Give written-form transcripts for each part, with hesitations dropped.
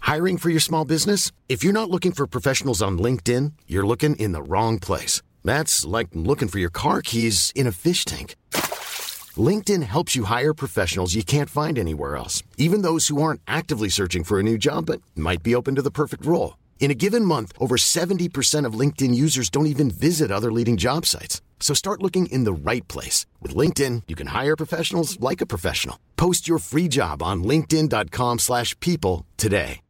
Hiring for your small business? If you're not looking for professionals on LinkedIn, you're looking in the wrong place. That's like looking for your car keys in a fish tank. LinkedIn helps you hire professionals you can't find anywhere else, even those who aren't actively searching for a new job but might be open to the perfect role. In a given month, over 70% of LinkedIn users don't even visit other leading job sites. So start looking in the right place. With LinkedIn, you can hire professionals like a professional. Post your free job on linkedin.com/people today.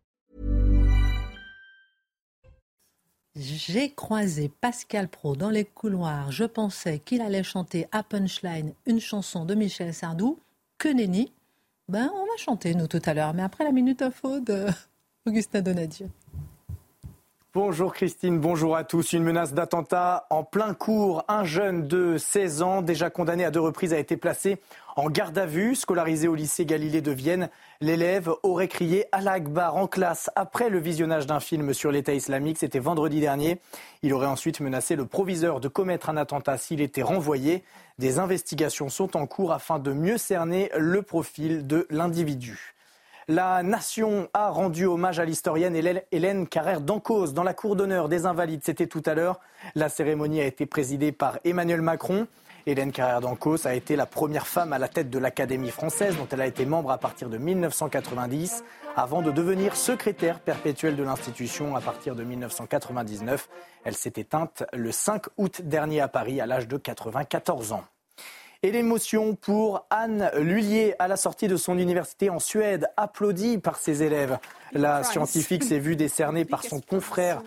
J'ai croisé Pascal Praud dans les couloirs. Je pensais qu'il allait chanter à Punchline une chanson de Michel Sardou. Que nenni. On va chanter, nous, tout à l'heure. Mais après la Minute Info de Augustin Donadieu. Bonjour Christine, bonjour à tous. Une menace d'attentat en plein cours. Un jeune de 16 ans, déjà condamné à 2 reprises, a été placé en garde à vue. Scolarisé au lycée Galilée de Vienne, l'élève aurait crié « Allah Akbar » en classe après le visionnage d'un film sur l'État islamique. C'était vendredi dernier. Il aurait ensuite menacé le proviseur de commettre un attentat s'il était renvoyé. Des investigations sont en cours afin de mieux cerner le profil de l'individu. La Nation a rendu hommage à l'historienne Hélène Carrère d'Encausse dans la cour d'honneur des Invalides. C'était tout à l'heure. La cérémonie a été présidée par Emmanuel Macron. Hélène Carrère d'Encausse a été la première femme à la tête de l'Académie française, dont elle a été membre à partir de 1990, avant de devenir secrétaire perpétuelle de l'institution à partir de 1999. Elle s'est éteinte le 5 août dernier à Paris à l'âge de 94 ans. Et l'émotion pour Anne Lullier à la sortie de son université en Suède, applaudie par ses élèves. La scientifique s'est vue décerner par son confrère,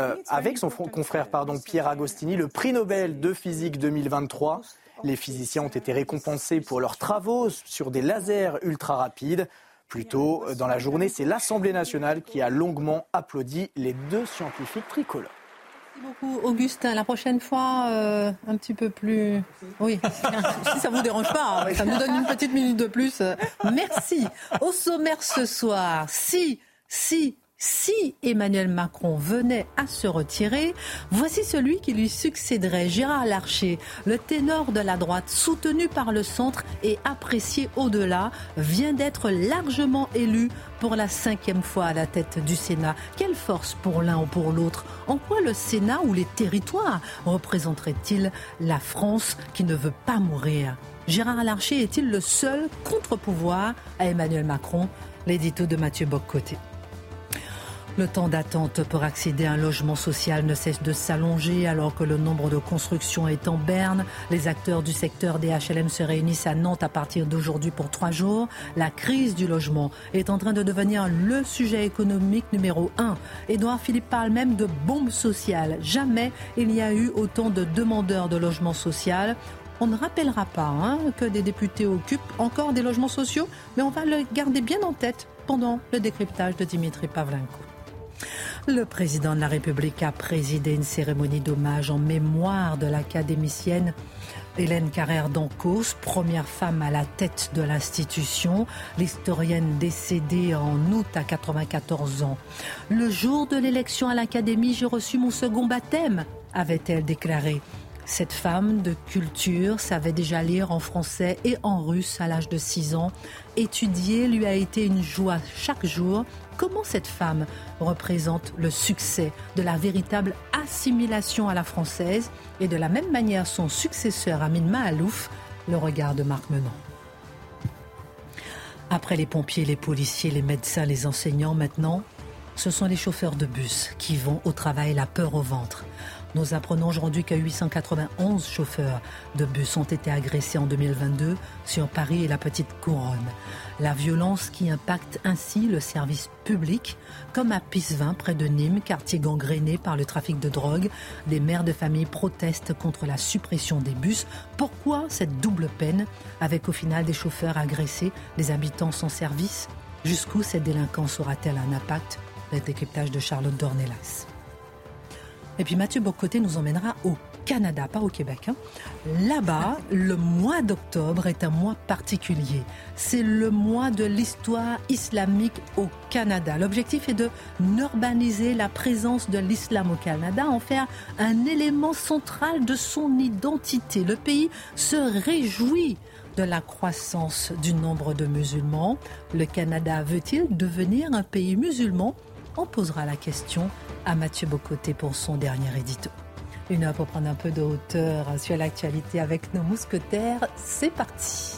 Pierre Agostini, le prix Nobel de physique 2023. Les physiciens ont été récompensés pour leurs travaux sur des lasers ultra rapides. Plus tôt dans la journée, c'est l'Assemblée nationale qui a longuement applaudi les 2 scientifiques tricolores. Merci beaucoup, Augustin. La prochaine fois, un petit peu plus... Oui, si ça ne vous dérange pas, ça nous donne une petite minute de plus. Merci. Au sommaire ce soir, si Emmanuel Macron venait à se retirer, voici celui qui lui succéderait, Gérard Larcher, le ténor de la droite, soutenu par le centre et apprécié au-delà, vient d'être largement élu pour la 5e fois à la tête du Sénat. Quelle force pour l'un ou pour l'autre? En quoi le Sénat ou les territoires représenteraient-ils la France qui ne veut pas mourir? Gérard Larcher est-il le seul contre-pouvoir à Emmanuel Macron? L'édito de Mathieu Boccoté. Le temps d'attente pour accéder à un logement social ne cesse de s'allonger alors que le nombre de constructions est en berne. Les acteurs du secteur des HLM se réunissent à Nantes à partir d'aujourd'hui pour 3 jours. La crise du logement est en train de devenir le sujet économique numéro 1. Édouard Philippe parle même de bombe sociale. Jamais il n'y a eu autant de demandeurs de logement social. On ne rappellera pas que des députés occupent encore des logements sociaux, mais on va le garder bien en tête pendant le décryptage de Dimitri Pavlenko. Le président de la République a présidé une cérémonie d'hommage en mémoire de l'académicienne Hélène Carrère d'Encausse, première femme à la tête de l'institution, l'historienne décédée en août à 94 ans. Le jour de l'élection à l'Académie, j'ai reçu mon second baptême, avait-elle déclaré. Cette femme de culture savait déjà lire en français et en russe à l'âge de 6 ans. Étudier lui a été une joie chaque jour. Comment cette femme représente le succès de la véritable assimilation à la française et de la même manière son successeur Amin Mahalouf, le regard de Marc Menon. Après les pompiers, les policiers, les médecins, les enseignants, maintenant, ce sont les chauffeurs de bus qui vont au travail la peur au ventre. Nous apprenons aujourd'hui que 891 chauffeurs de bus ont été agressés en 2022 sur Paris et la Petite Couronne. La violence qui impacte ainsi le service public, comme à Pisevin, près de Nîmes, quartier gangréné par le trafic de drogue. Des mères de famille protestent contre la suppression des bus. Pourquoi cette double peine, avec au final des chauffeurs agressés, des habitants sans service? Jusqu'où cette délinquance aura-t-elle un impact? Le décryptage de Charlotte Dornelas. Et puis Mathieu Boccoté nous emmènera au Canada, pas au Québec. Là-bas, le mois d'octobre est un mois particulier. C'est le mois de l'histoire islamique au Canada. L'objectif est de normaliser la présence de l'islam au Canada, en faire un élément central de son identité. Le pays se réjouit de la croissance du nombre de musulmans. Le Canada veut-il devenir un pays musulman ? On posera la question à Mathieu Bocoté pour son dernier édito. Une heure pour prendre un peu de hauteur sur l'actualité avec nos mousquetaires. C'est parti.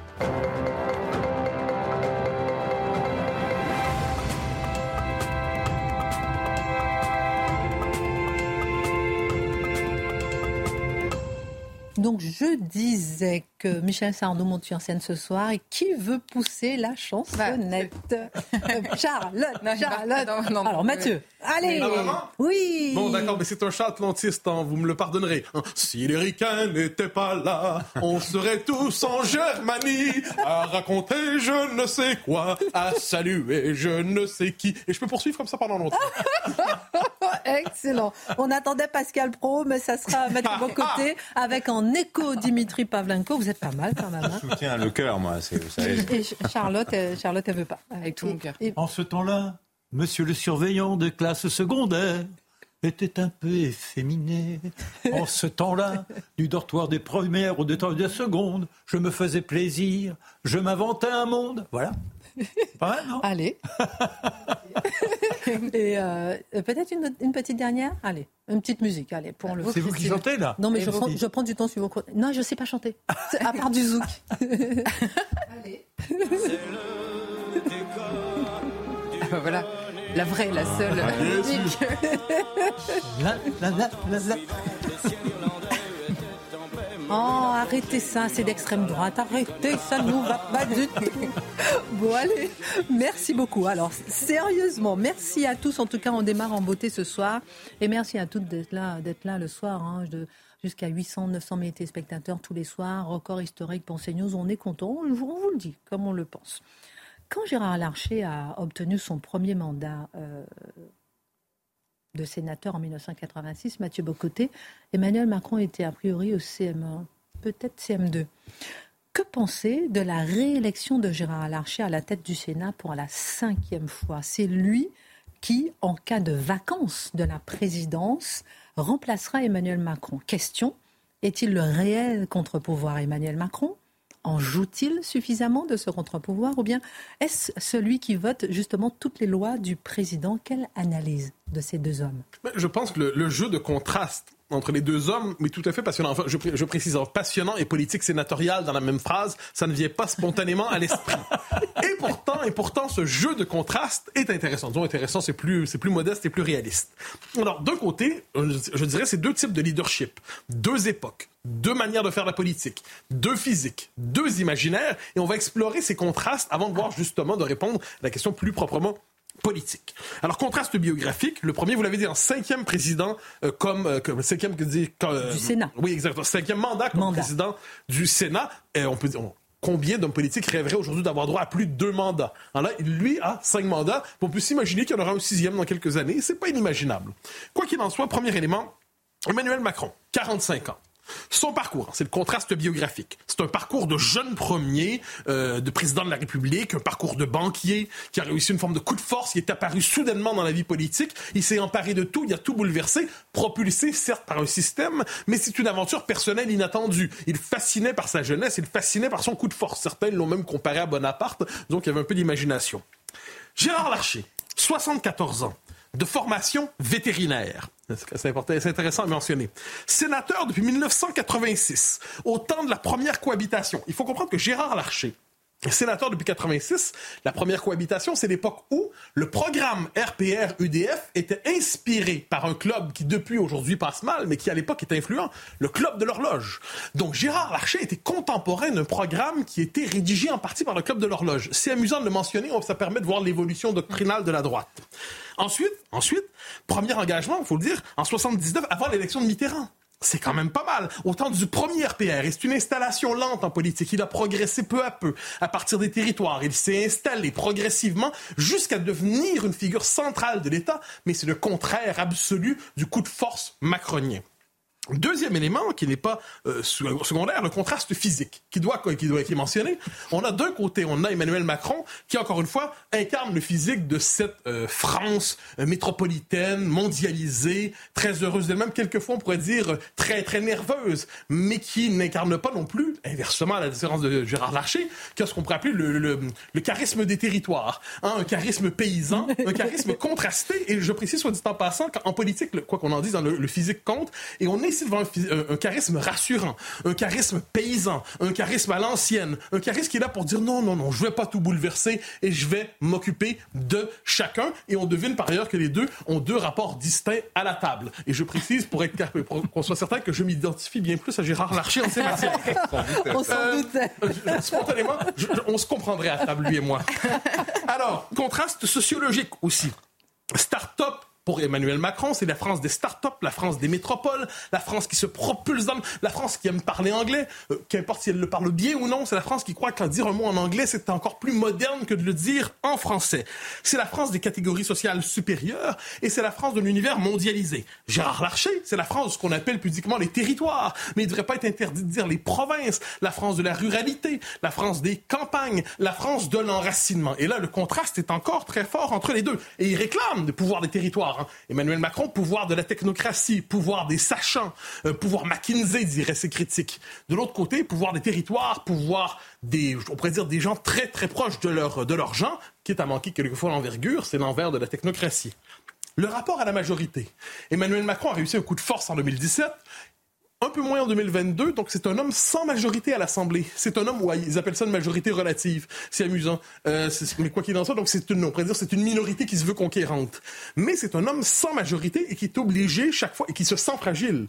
Donc, je disais que Michel Sardou monte sur scène ce soir. Et qui veut pousser la chansonnette ? Charlotte. Non, alors, Mathieu, allez. Oui. Bon, d'accord, mais c'est un chant atlantiste, hein, vous me le pardonnerez. Hein. Si les ricains n'étaient pas là, on serait tous en Germanie à raconter je ne sais quoi, à saluer je ne sais qui. Et je peux poursuivre comme ça pendant longtemps. Excellent. On attendait Pascal Praud, mais ça sera Mathieu Bocoté avec en écho Dimitri Pavlenko. Vous êtes pas mal quand même. Hein. Je soutiens le cœur, moi. Vous savez. Et Charlotte, elle veut pas. Avec tout mon cœur. En ce temps-là, monsieur le surveillant de classe secondaire était un peu efféminé. En ce temps-là, du dortoir des premières au dortoir des secondes, je me faisais plaisir, je m'inventais un monde. Voilà. Pas mal, non ? Allez. Et peut-être une petite dernière ? Allez, une petite musique. Allez, pour le. C'est vous qui chantez, là ? Non, mais je prends du temps sur vos. Non, je ne sais pas chanter. À part du zouk. Allez. Voilà, la vraie, la seule musique. Oh, arrêtez ça, c'est d'extrême droite. Arrêtez, ça ne nous va pas du tout. Bon, allez, merci beaucoup. Alors, sérieusement, merci à tous. En tout cas, on démarre en beauté ce soir. Et merci à toutes d'être là le soir. Hein, jusqu'à 800, 900 000 téléspectateurs tous les soirs. Record historique pour CNews. On est content. On vous le dit, comme on le pense. Quand Gérard Larcher a obtenu son premier mandat de sénateur en 1986, Mathieu Bocoté, Emmanuel Macron était a priori au CM1, peut-être CM2. Que penser de la réélection de Gérard Larcher à la tête du Sénat pour la 5e fois ? C'est lui qui, en cas de vacance de la présidence, remplacera Emmanuel Macron. Question, est-il le réel contre-pouvoir Emmanuel Macron ? En joue-t-il suffisamment de ce contre-pouvoir ? Ou bien est-ce celui qui vote justement toutes les lois du président ? Quelle analyse de ces deux hommes ? Je pense que le jeu de contraste entre les deux hommes, mais tout à fait passionnant. Enfin, je précise, passionnant et politique sénatoriale dans la même phrase, ça ne vient pas spontanément à l'esprit. Et pourtant, ce jeu de contraste est intéressant. Disons intéressant, c'est plus modeste et plus réaliste. Alors, d'un côté, je dirais, c'est deux types de leadership, deux époques, deux manières de faire la politique, deux physiques, deux imaginaires, et on va explorer ces contrastes avant de voir justement de répondre à la question plus proprement politique. Alors, contraste biographique, le premier, vous l'avez dit, en 5e président, comme 5e du Sénat. Oui, exactement. 5e mandat comme président du Sénat. On peut dire, combien d'hommes politiques rêveraient aujourd'hui d'avoir droit à plus de 2 mandats? Alors là, lui a 5 mandats. On peut s'imaginer qu'il y en aura un 6e dans quelques années. C'est pas inimaginable. Quoi qu'il en soit, premier élément, Emmanuel Macron, 45 ans. Son parcours, c'est le contraste biographique. C'est un parcours de jeune premier, de président de la République, un parcours de banquier qui a réussi une forme de coup de force. Il est apparu soudainement dans la vie politique. Il s'est emparé de tout, il a tout bouleversé, propulsé certes par un système, mais c'est une aventure personnelle inattendue. Il fascinait par sa jeunesse, il fascinait par son coup de force. Certains l'ont même comparé à Bonaparte, donc il y avait un peu d'imagination. Gérard Larcher, 74 ans, de formation vétérinaire. C'est intéressant à mentionner. Sénateur depuis 1986, au temps de la première cohabitation. Il faut comprendre que Gérard Larcher, sénateur depuis 1986, la première cohabitation, c'est l'époque où le programme RPR-UDF était inspiré par un club qui depuis aujourd'hui passe mal, mais qui à l'époque était influent, le Club de l'Horloge. Donc Gérard Larcher était contemporain d'un programme qui était rédigé en partie par le Club de l'Horloge. C'est amusant de le mentionner, ça permet de voir l'évolution doctrinale de la droite. Ensuite, premier engagement, il faut le dire, en 79, avant l'élection de Mitterrand. C'est quand même pas mal. Au temps du premier RPR, et c'est une installation lente en politique. Il a progressé peu à peu. À partir des territoires, il s'est installé progressivement jusqu'à devenir une figure centrale de l'État, mais c'est le contraire absolu du coup de force macronien. Deuxième élément, qui n'est pas secondaire, le contraste physique, qui est mentionné. On a d'un côté, on a Emmanuel Macron, qui, encore une fois, incarne le physique de cette France métropolitaine, mondialisée, très heureuse d'elle-même, quelquefois on pourrait dire très, très nerveuse, mais qui n'incarne pas non plus, inversement à la différence de Gérard Larcher, qui a ce qu'on pourrait appeler le charisme des territoires, un charisme paysan, un charisme contrasté, et je précise, soit dit en passant, qu'en politique, quoi qu'on en dise, le physique compte, et on est ici devant un charisme rassurant, un charisme paysan, un charisme à l'ancienne, un charisme qui est là pour dire non, je vais pas tout bouleverser et je vais m'occuper de chacun. Et on devine par ailleurs que les deux ont deux rapports distincts à la table. Et je précise pour qu'on soit certain que je m'identifie bien plus à Gérard Larcher en ces matières. On s'en doutait. Spontanément, on se comprendrait à table, lui et moi. Alors, contraste sociologique aussi. Start-up. Pour Emmanuel Macron, c'est la France des start-up, la France des métropoles, la France qui se propulse la France qui aime parler anglais, qu'importe si elle le parle bien ou non, c'est la France qui croit qu'en dire un mot en anglais, c'est encore plus moderne que de le dire en français. C'est la France des catégories sociales supérieures et c'est la France de l'univers mondialisé. Gérard Larcher, c'est la France de ce qu'on appelle pudiquement les territoires, mais il ne devrait pas être interdit de dire les provinces, la France de la ruralité, la France des campagnes, la France de l'enracinement. Et là, le contraste est encore très fort entre les deux. Et il réclame le pouvoir des territoires. Emmanuel Macron, pouvoir de la technocratie, pouvoir des sachants, pouvoir McKinsey, diraient ses critiques. De l'autre côté, pouvoir des territoires, pouvoir on pourrait dire des gens très très proches de leurs gens, qui est à manquer quelquefois l'envergure, c'est l'envers de la technocratie. Le rapport à la majorité. Emmanuel Macron a réussi un coup de force en 2017. Un peu moins en 2022, donc c'est un homme sans majorité à l'Assemblée. C'est un homme où ils appellent ça une majorité relative. C'est amusant. Mais quoi qu'il en soit, donc on pourrait dire c'est une minorité qui se veut conquérante. Mais c'est un homme sans majorité et qui est obligé chaque fois et qui se sent fragile.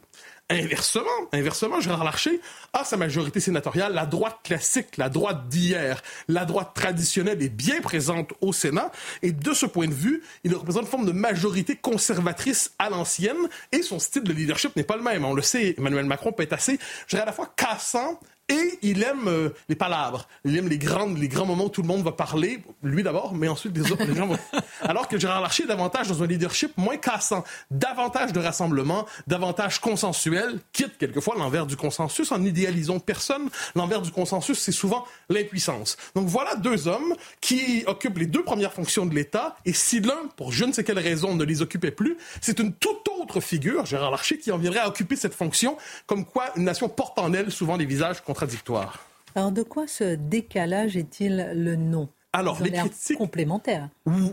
Inversement, Gérard Larcher a sa majorité sénatoriale, la droite classique, la droite d'hier, la droite traditionnelle est bien présente au Sénat et de ce point de vue, il représente une forme de majorité conservatrice à l'ancienne et son style de leadership n'est pas le même. On le sait, Emmanuel Macron peut être assez, je dirais à la fois cassant et il aime les palabres. Il aime les grands moments où tout le monde va parler, lui d'abord, mais ensuite les autres, les gens vont... Alors que Gérard Larcher est davantage dans un leadership moins cassant, davantage de rassemblement, davantage consensuel, quitte quelquefois l'envers du consensus, en idéalisant personne. L'envers du consensus, c'est souvent l'impuissance. Donc voilà deux hommes qui occupent les deux premières fonctions de l'État, et si l'un, pour je ne sais quelle raison, ne les occupait plus, c'est une toute autre figure, Gérard Larcher, qui en viendrait à occuper cette fonction, comme quoi une nation porte en elle souvent des visages contradictoires. Alors de quoi ce décalage est-il le nom? Alors, les critiques complémentaires.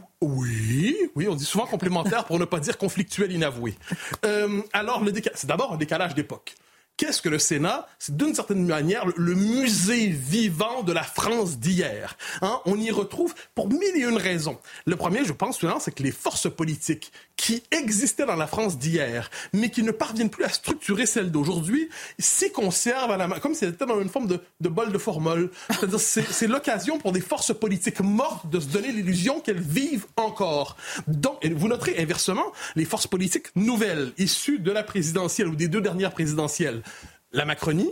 Oui, on dit souvent complémentaire pour ne pas dire conflictuel inavoué. Alors, c'est d'abord un décalage d'époque. Qu'est-ce que le Sénat? C'est d'une certaine manière le musée vivant de la France d'hier. On y retrouve pour mille et une raisons. Le premier, je pense, c'est que les forces politiques qui existaient dans la France d'hier, mais qui ne parviennent plus à structurer celle d'aujourd'hui, s'y conservent comme si elles étaient dans une forme de bol de formol. C'est-à-dire c'est l'occasion pour des forces politiques mortes de se donner l'illusion qu'elles vivent encore. Donc, et vous noterez inversement, les forces politiques nouvelles, issues de la présidentielle ou des deux dernières présidentielles, la Macronie,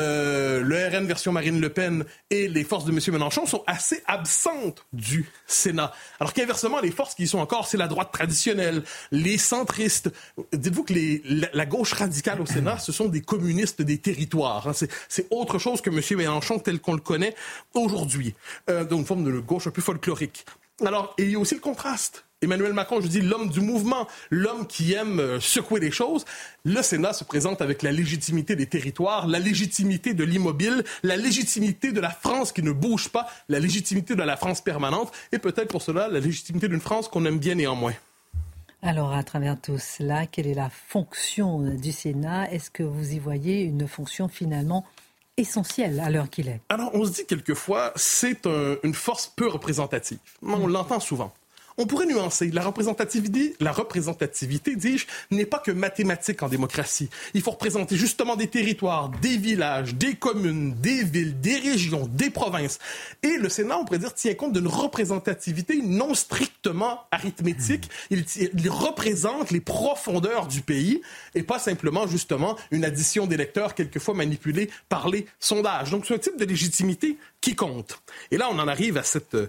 le RN version Marine Le Pen et les forces de M. Mélenchon sont assez absentes du Sénat. Alors qu'inversement, les forces qui y sont encore, c'est la droite traditionnelle, les centristes. Dites-vous que la gauche radicale au Sénat, ce sont des communistes des territoires. C'est autre chose que M. Mélenchon tel qu'on le connaît aujourd'hui. Donc une forme de gauche un peu folklorique. Alors, et il y a aussi le contraste. Emmanuel Macron, je dis l'homme du mouvement, l'homme qui aime secouer les choses. Le Sénat se présente avec la légitimité des territoires, la légitimité de l'immobile, la légitimité de la France qui ne bouge pas, la légitimité de la France permanente et peut-être pour cela la légitimité d'une France qu'on aime bien néanmoins. Alors, à travers tout cela, quelle est la fonction du Sénat? Est-ce que vous y voyez une fonction finalement essentielle à l'heure qu'il est? Alors, on se dit quelquefois, c'est une force peu représentative. On l'entend souvent. On pourrait nuancer. La représentativité, dis-je, n'est pas que mathématique en démocratie. Il faut représenter justement des territoires, des villages, des communes, des villes, des régions, des provinces. Et le Sénat, on pourrait dire, tient compte d'une représentativité non strictement arithmétique. Il représente les profondeurs du pays et pas simplement, justement, une addition d'électeurs quelquefois manipulés par les sondages. Donc, c'est un type de légitimité qui compte. Et là, on en arrive à cette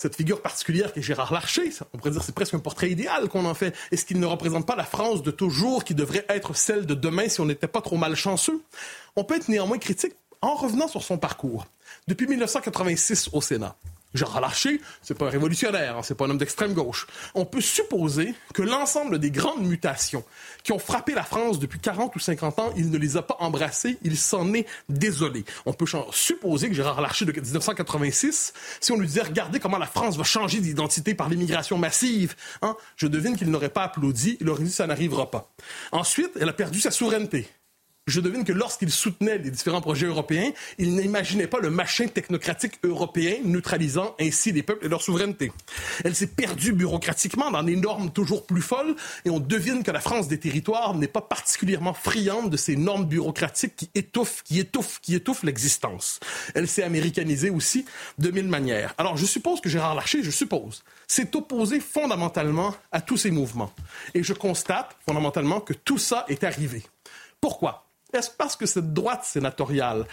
cette figure particulière qui est Gérard Larcher, on pourrait dire que c'est presque un portrait idéal qu'on en fait. Est-ce qu'il ne représente pas la France de toujours qui devrait être celle de demain si on n'était pas trop malchanceux? On peut être néanmoins critique en revenant sur son parcours. Depuis 1986 au Sénat, Gérard Larcher, c'est pas un révolutionnaire, c'est pas un homme d'extrême gauche. On peut supposer que l'ensemble des grandes mutations qui ont frappé la France depuis 40 ou 50 ans, il ne les a pas embrassées, il s'en est désolé. On peut supposer que Gérard Larcher de 1986, si on lui disait « Regardez comment la France va changer d'identité par l'immigration massive », je devine qu'il n'aurait pas applaudi, il aurait dit « Ça n'arrivera pas ». Ensuite, elle a perdu sa souveraineté. Je devine que lorsqu'il soutenait les différents projets européens, il n'imaginait pas le machin technocratique européen neutralisant ainsi les peuples et leur souveraineté. Elle s'est perdue bureaucratiquement dans des normes toujours plus folles et on devine que la France des territoires n'est pas particulièrement friande de ces normes bureaucratiques qui étouffent l'existence. Elle s'est américanisée aussi de mille manières. Alors je suppose que Gérard Larcher, s'est opposé fondamentalement à tous ces mouvements. Et je constate fondamentalement que tout ça est arrivé. Pourquoi? Est-ce parce que cette droite sénatoriale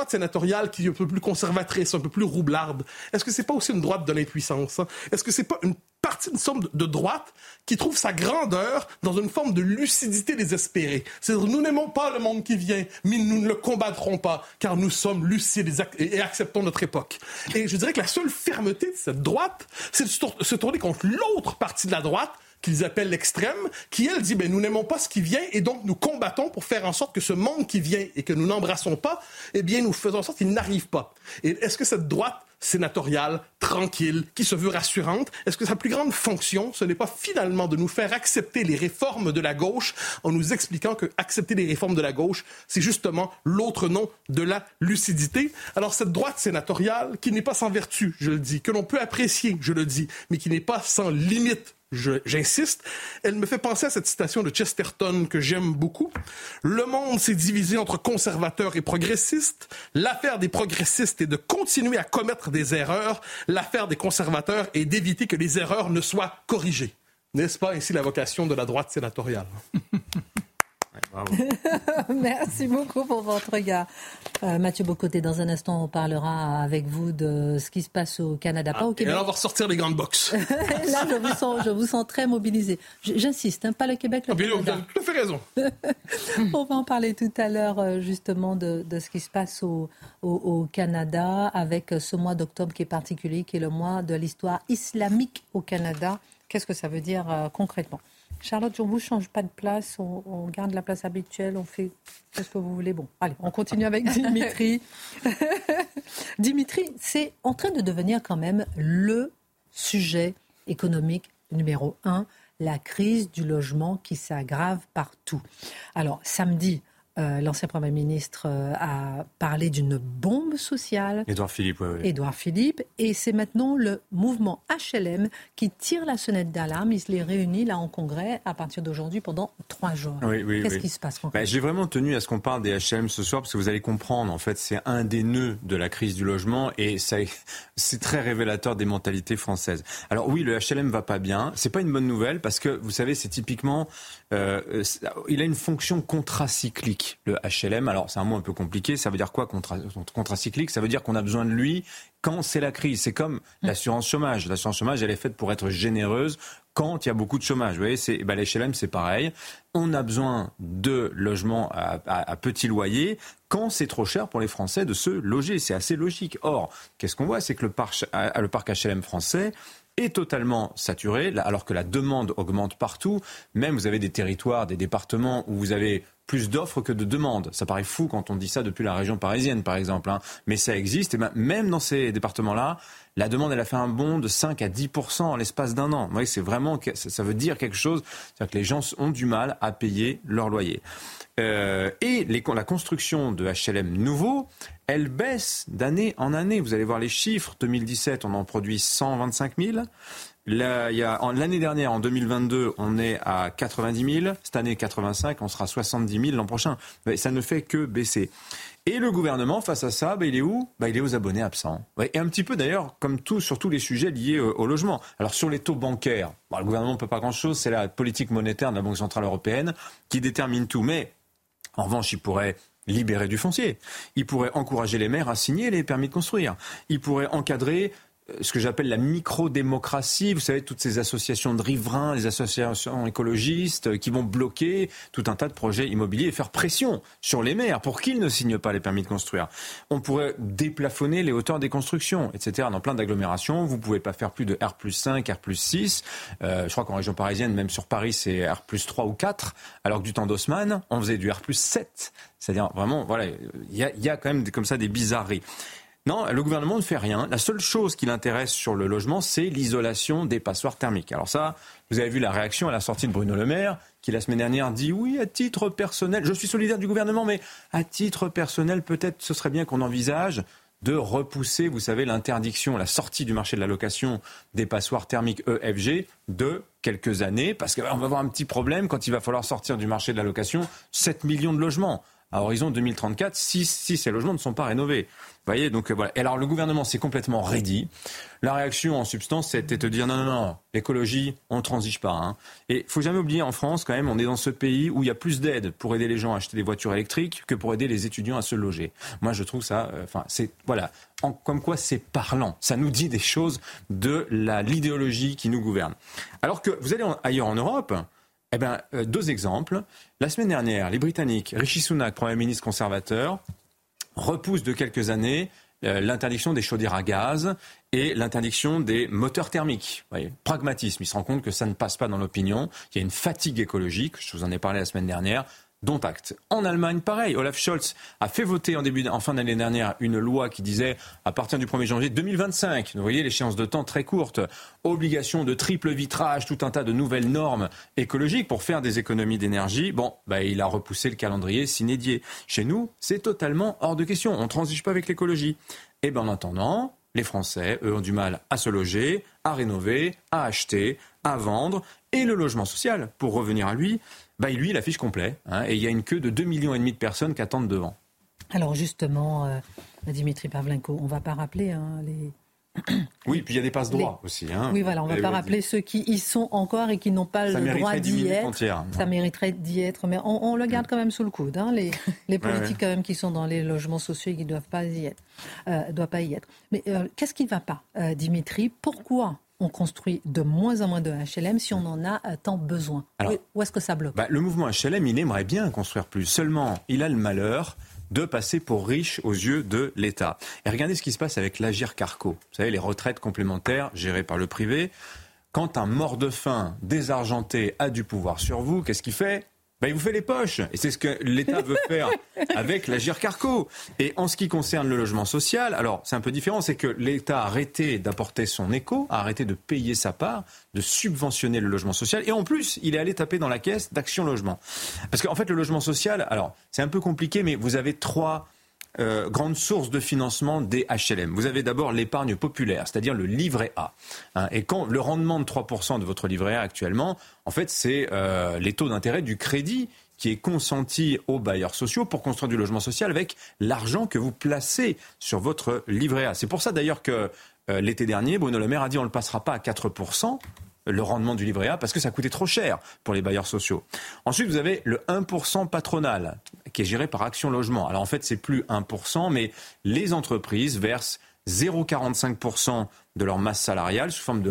qui est un peu plus conservatrice, un peu plus roublarde, est-ce que c'est pas aussi une droite de l'impuissance? Est-ce que c'est pas une somme de droite qui trouve sa grandeur dans une forme de lucidité désespérée? C'est-à-dire, nous n'aimons pas le monde qui vient, mais nous ne le combattrons pas, car nous sommes lucides et acceptons notre époque. Et je dirais que la seule fermeté de cette droite, c'est de se tourner contre l'autre partie de la droite, qu'ils appellent l'extrême, qui, elle, dit « nous n'aimons pas ce qui vient et donc nous combattons pour faire en sorte que ce monde qui vient et que nous n'embrassons pas, nous faisons en sorte qu'il n'arrive pas ». Et est-ce que cette droite sénatoriale, tranquille, qui se veut rassurante, est-ce que sa plus grande fonction, ce n'est pas finalement de nous faire accepter les réformes de la gauche en nous expliquant que accepter les réformes de la gauche, c'est justement l'autre nom de la lucidité? Alors cette droite sénatoriale, qui n'est pas sans vertu, je le dis, que l'on peut apprécier, je le dis, mais qui n'est pas sans limite, j'insiste, elle me fait penser à cette citation de Chesterton que j'aime beaucoup. Le monde s'est divisé entre conservateurs et progressistes. L'affaire des progressistes est de continuer à commettre des erreurs. L'affaire des conservateurs est d'éviter que les erreurs ne soient corrigées. N'est-ce pas ainsi la vocation de la droite sénatoriale? Merci beaucoup pour votre regard. Mathieu Bocoté, dans un instant, on parlera avec vous de ce qui se passe au Canada, pas au Québec. Et là, on va ressortir les grandes boxes. Là, je vous sens très mobilisé. J'insiste, pas le Québec, le Canada. Vous avez tout à fait raison. On va en parler tout à l'heure, justement, de ce qui se passe au Canada, avec ce mois d'octobre qui est particulier, qui est le mois de l'histoire islamique au Canada. Qu'est-ce que ça veut dire concrètement? Charlotte, on ne vous change pas de place, on garde la place habituelle, on fait ce que vous voulez. Bon, allez, on continue avec Dimitri. Dimitri, c'est en train de devenir quand même le sujet économique numéro 1, la crise du logement qui s'aggrave partout. Alors, samedi, l'ancien Premier ministre a parlé d'une bombe sociale. Édouard Philippe, oui. Édouard Philippe. Et c'est maintenant le mouvement HLM qui tire la sonnette d'alarme. Il se les réunit là en congrès à partir d'aujourd'hui pendant 3 jours. Oui, Qu'est-ce qui se passe concrètement? J'ai vraiment tenu à ce qu'on parle des HLM ce soir parce que vous allez comprendre, en fait, c'est un des nœuds de la crise du logement et c'est très révélateur des mentalités françaises. Alors oui, le HLM va pas bien. C'est pas une bonne nouvelle parce que, vous savez, c'est typiquement... il a une fonction contracyclique. Le HLM, alors c'est un mot un peu compliqué, ça veut dire quoi contracyclique? Ça veut dire qu'on a besoin de lui quand c'est la crise. C'est comme l'assurance chômage. L'assurance chômage, elle est faite pour être généreuse quand il y a beaucoup de chômage. Vous voyez, l'HLM, c'est pareil. On a besoin de logements à petit loyer quand c'est trop cher pour les Français de se loger. C'est assez logique. Or, qu'est-ce qu'on voit? C'est que le parc HLM français est totalement saturé, alors que la demande augmente partout. Même vous avez des territoires, des départements où vous avez plus d'offres que de demandes. Ça paraît fou quand on dit ça depuis la région parisienne, par exemple. Mais ça existe. Et même dans ces départements-là, la demande, elle a fait un bond de 5 à 10% en l'espace d'un an. Vous voyez, c'est vraiment, ça veut dire quelque chose. C'est-à-dire que les gens ont du mal à payer leur loyer. Et la construction de HLM nouveaux, elle baisse d'année en année. Vous allez voir les chiffres. 2017, on en produit 125 000. L'année dernière, en 2022, on est à 90 000. Cette année, 85, on sera à 70 000 l'an prochain. Ça ne fait que baisser. Et le gouvernement, face à ça, il est où? Il est aux abonnés absents. Et un petit peu d'ailleurs, comme sur tous les sujets liés au logement. Alors sur les taux bancaires, le gouvernement ne peut pas grand-chose. C'est la politique monétaire de la Banque Centrale Européenne qui détermine tout. Mais en revanche, il pourrait libérer du foncier. Il pourrait encourager les maires à signer les permis de construire. Il pourrait encadrer ce que j'appelle la micro-démocratie. Vous savez, toutes ces associations de riverains, les associations écologistes qui vont bloquer tout un tas de projets immobiliers et faire pression sur les maires pour qu'ils ne signent pas les permis de construire. On pourrait déplafonner les hauteurs des constructions, etc. Dans plein d'agglomérations, vous ne pouvez pas faire plus de R+5, R+6. Je crois qu'en région parisienne, même sur Paris, c'est R+3 ou 4, alors que du temps d'Haussmann, on faisait du R+7. C'est-à-dire, vraiment, voilà, il y a quand même comme ça des bizarreries. Non, le gouvernement ne fait rien. La seule chose qui l'intéresse sur le logement, c'est l'isolation des passoires thermiques. Alors ça, vous avez vu la réaction à la sortie de Bruno Le Maire, qui la semaine dernière dit oui, à titre personnel, je suis solidaire du gouvernement, mais à titre personnel, peut-être ce serait bien qu'on envisage de repousser, vous savez, l'interdiction, la sortie du marché de la location des passoires thermiques EFG de quelques années, parce qu'on va avoir un petit problème quand il va falloir sortir du marché de la location 7 millions de logements. À horizon 2034, si ces logements ne sont pas rénovés. Vous voyez, donc voilà. Et alors le gouvernement s'est complètement raidi. La réaction en substance, c'était de dire non, l'écologie, on ne transige pas. Hein. Et il ne faut jamais oublier, en France, quand même, on est dans ce pays où il y a plus d'aide pour aider les gens à acheter des voitures électriques que pour aider les étudiants à se loger. Moi, je trouve ça, comme quoi c'est parlant. Ça nous dit des choses de l'idéologie qui nous gouverne. Alors que vous allez ailleurs en Europe. Eh bien, deux exemples. La semaine dernière, les Britanniques, Rishi Sunak, Premier ministre conservateur, repoussent de quelques années l'interdiction des chaudières à gaz et l'interdiction des moteurs thermiques. Vous voyez, pragmatisme. Ils se rendent compte que ça ne passe pas dans l'opinion. Il y a une fatigue écologique, je vous en ai parlé la semaine dernière, dont acte. En Allemagne, pareil, Olaf Scholz a fait voter en fin d'année dernière une loi qui disait à partir du 1er janvier 2025, vous voyez l'échéance de temps très courte, obligation de triple vitrage, tout un tas de nouvelles normes écologiques pour faire des économies d'énergie. Bon, il a repoussé le calendrier sine die. Chez nous, c'est totalement hors de question. On ne transige pas avec l'écologie. Et en attendant, les Français, eux, ont du mal à se loger, à rénover, à acheter, à vendre. Et le logement social, pour revenir à lui, lui, il affiche complet. Et il y a une queue de 2,5 millions de personnes qui attendent devant. Alors justement, Dimitri Pavlenko, on ne va pas rappeler les... Oui, puis il y a des passe-droits aussi. Oui, voilà, on ne va pas rappeler ceux qui y sont encore et qui n'ont pas le droit d'y être. Ça mériterait d'y être, mais on le garde quand même sous le coude. Les politiques quand même qui sont dans les logements sociaux et qui ne doivent pas y être. Mais qu'est-ce qui ne va pas, Dimitri ? Pourquoi on construit de moins en moins de HLM si on en a tant besoin? Alors, où est-ce que ça bloque? Le mouvement HLM, il aimerait bien construire plus. Seulement, il a le malheur de passer pour riche aux yeux de l'État. Et regardez ce qui se passe avec l'Agirc-Arrco. Vous savez, les retraites complémentaires gérées par le privé. Quand un mort de faim désargenté a du pouvoir sur vous, qu'est-ce qu'il fait ? Il vous fait les poches. Et c'est ce que l'État veut faire avec l'Agirc-Arrco. Et en ce qui concerne le logement social, alors c'est un peu différent, c'est que l'État a arrêté d'apporter son écho, a arrêté de payer sa part, de subventionner le logement social. Et en plus, il est allé taper dans la caisse d'Action Logement. Parce qu'en fait, le logement social, alors c'est un peu compliqué, mais vous avez trois grandes sources de financement des HLM. Vous avez d'abord l'épargne populaire, c'est-à-dire le livret A. Et quand le rendement de 3% de votre livret A actuellement, en fait, c'est les taux d'intérêt du crédit qui est consenti aux bailleurs sociaux pour construire du logement social avec l'argent que vous placez sur votre livret A. C'est pour ça d'ailleurs que l'été dernier, Bruno Le Maire a dit on ne le passera pas à 4%. Le rendement du livret A, parce que ça coûtait trop cher pour les bailleurs sociaux. Ensuite, vous avez le 1% patronal, qui est géré par Action Logement. Alors en fait, c'est plus 1%, mais les entreprises versent 0,45% de leur masse salariale sous forme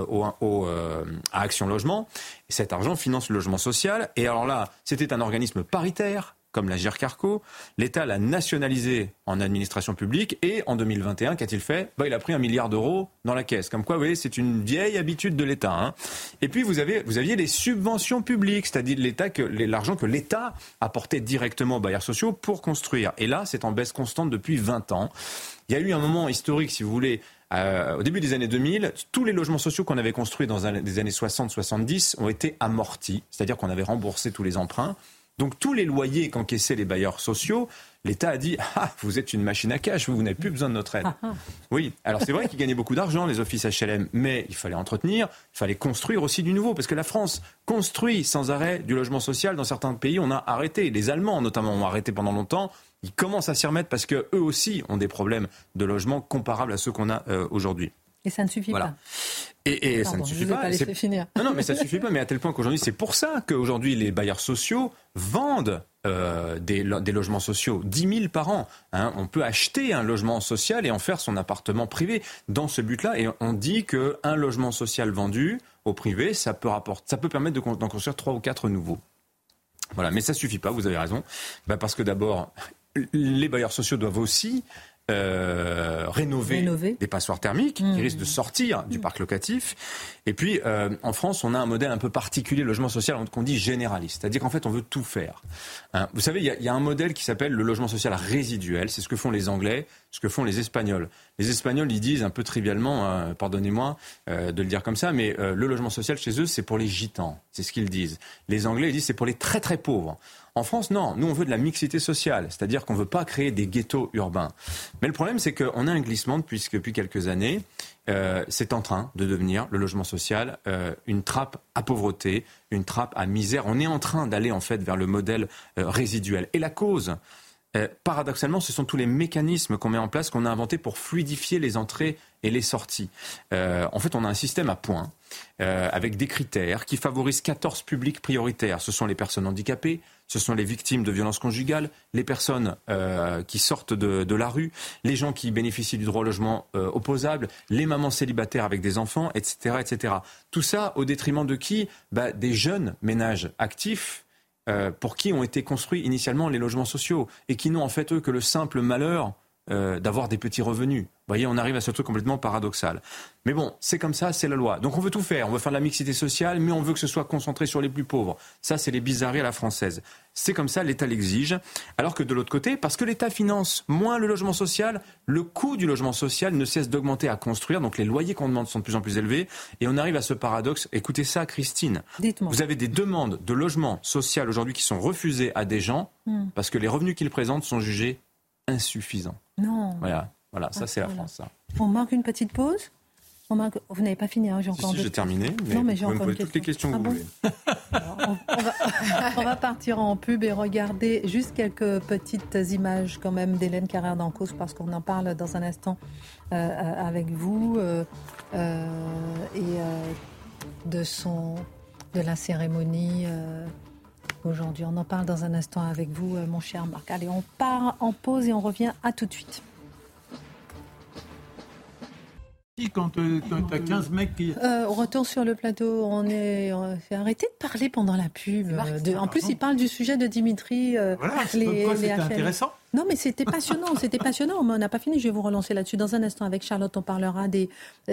à Action Logement. Et cet argent finance le logement social. Et alors là, c'était un organisme paritaire, comme l'Agirc-Arrco. L'État l'a nationalisé en administration publique et en 2021, qu'a-t-il fait ? Il a pris 1 milliard d'euros dans la caisse. Comme quoi, vous voyez, c'est une vieille habitude de l'État. Et puis, vous aviez les subventions publiques, c'est-à-dire l'argent que l'État apportait directement aux bailleurs sociaux pour construire. Et là, c'est en baisse constante depuis 20 ans. Il y a eu un moment historique, si vous voulez, au début des années 2000, tous les logements sociaux qu'on avait construits dans les années 60-70 ont été amortis, c'est-à-dire qu'on avait remboursé tous les emprunts. Donc tous les loyers qu'encaissaient les bailleurs sociaux, l'État a dit « vous êtes une machine à cash, vous n'avez plus besoin de notre aide ». Oui, alors c'est vrai qu'ils gagnaient beaucoup d'argent, les offices HLM, mais il fallait entretenir, il fallait construire aussi du nouveau, parce que la France construit sans arrêt du logement social. Dans certains pays, on a arrêté. Les Allemands, notamment, ont arrêté pendant longtemps. Ils commencent à s'y remettre parce qu'eux aussi ont des problèmes de logement comparables à ceux qu'on a aujourd'hui. Et ça ne suffit pas. Et ça ne suffit pas. Finir. Non, mais ça ne suffit pas. Mais à tel point qu'aujourd'hui, c'est pour ça qu'aujourd'hui, les bailleurs sociaux vendent des logements sociaux, 10 000 par an. Hein. On peut acheter un logement social et en faire son appartement privé dans ce but-là. Et on dit qu'un logement social vendu au privé, ça peut permettre d'en construire 3 ou 4 nouveaux. Voilà, mais ça suffit pas, vous avez raison. Parce que d'abord, les bailleurs sociaux doivent aussi rénover des passoires thermiques qui risquent de sortir du parc locatif. Et puis, en France, on a un modèle un peu particulier, le logement social, qu'on dit généraliste. C'est-à-dire qu'en fait, on veut tout faire. Hein, vous savez, il y a un modèle qui s'appelle le logement social résiduel. C'est ce que font les Anglais, ce que font les Espagnols. Les Espagnols, ils disent un peu trivialement, pardonnez-moi de le dire comme ça, mais le logement social chez eux, c'est pour les gitans. C'est ce qu'ils disent. Les Anglais, ils disent c'est pour les très très pauvres. En France, non. Nous, on veut de la mixité sociale. C'est-à-dire qu'on ne veut pas créer des ghettos urbains. Mais le problème, c'est qu'on a un glissement depuis quelques années. C'est en train de devenir, le logement social, une trappe à pauvreté, une trappe à misère. On est en train d'aller, en fait, vers le modèle résiduel. Et la cause, paradoxalement, ce sont tous les mécanismes qu'on met en place, qu'on a inventés pour fluidifier les entrées et les sorties. En fait, on a un système à points, avec des critères qui favorisent 14 publics prioritaires. Ce sont les personnes handicapées, ce sont les victimes de violences conjugales, les personnes qui sortent de la rue, les gens qui bénéficient du droit au logement opposable, les mamans célibataires avec des enfants, etc., etc. Tout ça au détriment de qui ? Des jeunes ménages actifs, pour qui ont été construits initialement les logements sociaux et qui n'ont en fait eux que le simple malheur d'avoir des petits revenus. Vous voyez, on arrive à ce truc complètement paradoxal. Mais bon, c'est comme ça, c'est la loi. Donc on veut tout faire. On veut faire de la mixité sociale, mais on veut que ce soit concentré sur les plus pauvres. Ça, c'est les bizarreries à la française. C'est comme ça, l'État l'exige. Alors que de l'autre côté, parce que l'État finance moins le logement social, le coût du logement social ne cesse d'augmenter à construire. Donc les loyers qu'on demande sont de plus en plus élevés. Et on arrive à ce paradoxe. Écoutez ça, Christine. Dites-moi. Vous avez des demandes de logement social aujourd'hui qui sont refusées à des gens parce que les revenus qu'ils présentent sont jugés insuffisants. Non. Voilà, ça c'est la France. Ça. On marque une petite pause. Vous n'avez pas fini, hein, j'ai encore j'ai terminé, mais non, mais vous pouvez me poser toutes les questions que vous voulez. Alors, on va partir en pub et regarder juste quelques petites images quand même d'Hélène Carrère d'Encausse parce qu'on en parle dans un instant avec vous et de la cérémonie aujourd'hui. On en parle dans un instant avec vous, mon cher Marc. Allez, on part en pause et on revient à tout de suite. Quand t'as 15 mecs qui... Retour sur le plateau, on s'est arrêté de parler pendant la pub. En plus, il parle du sujet de Dimitri. C'était intéressant. Non, mais c'était passionnant, mais on n'a pas fini. Je vais vous relancer là-dessus dans un instant avec Charlotte. On parlera des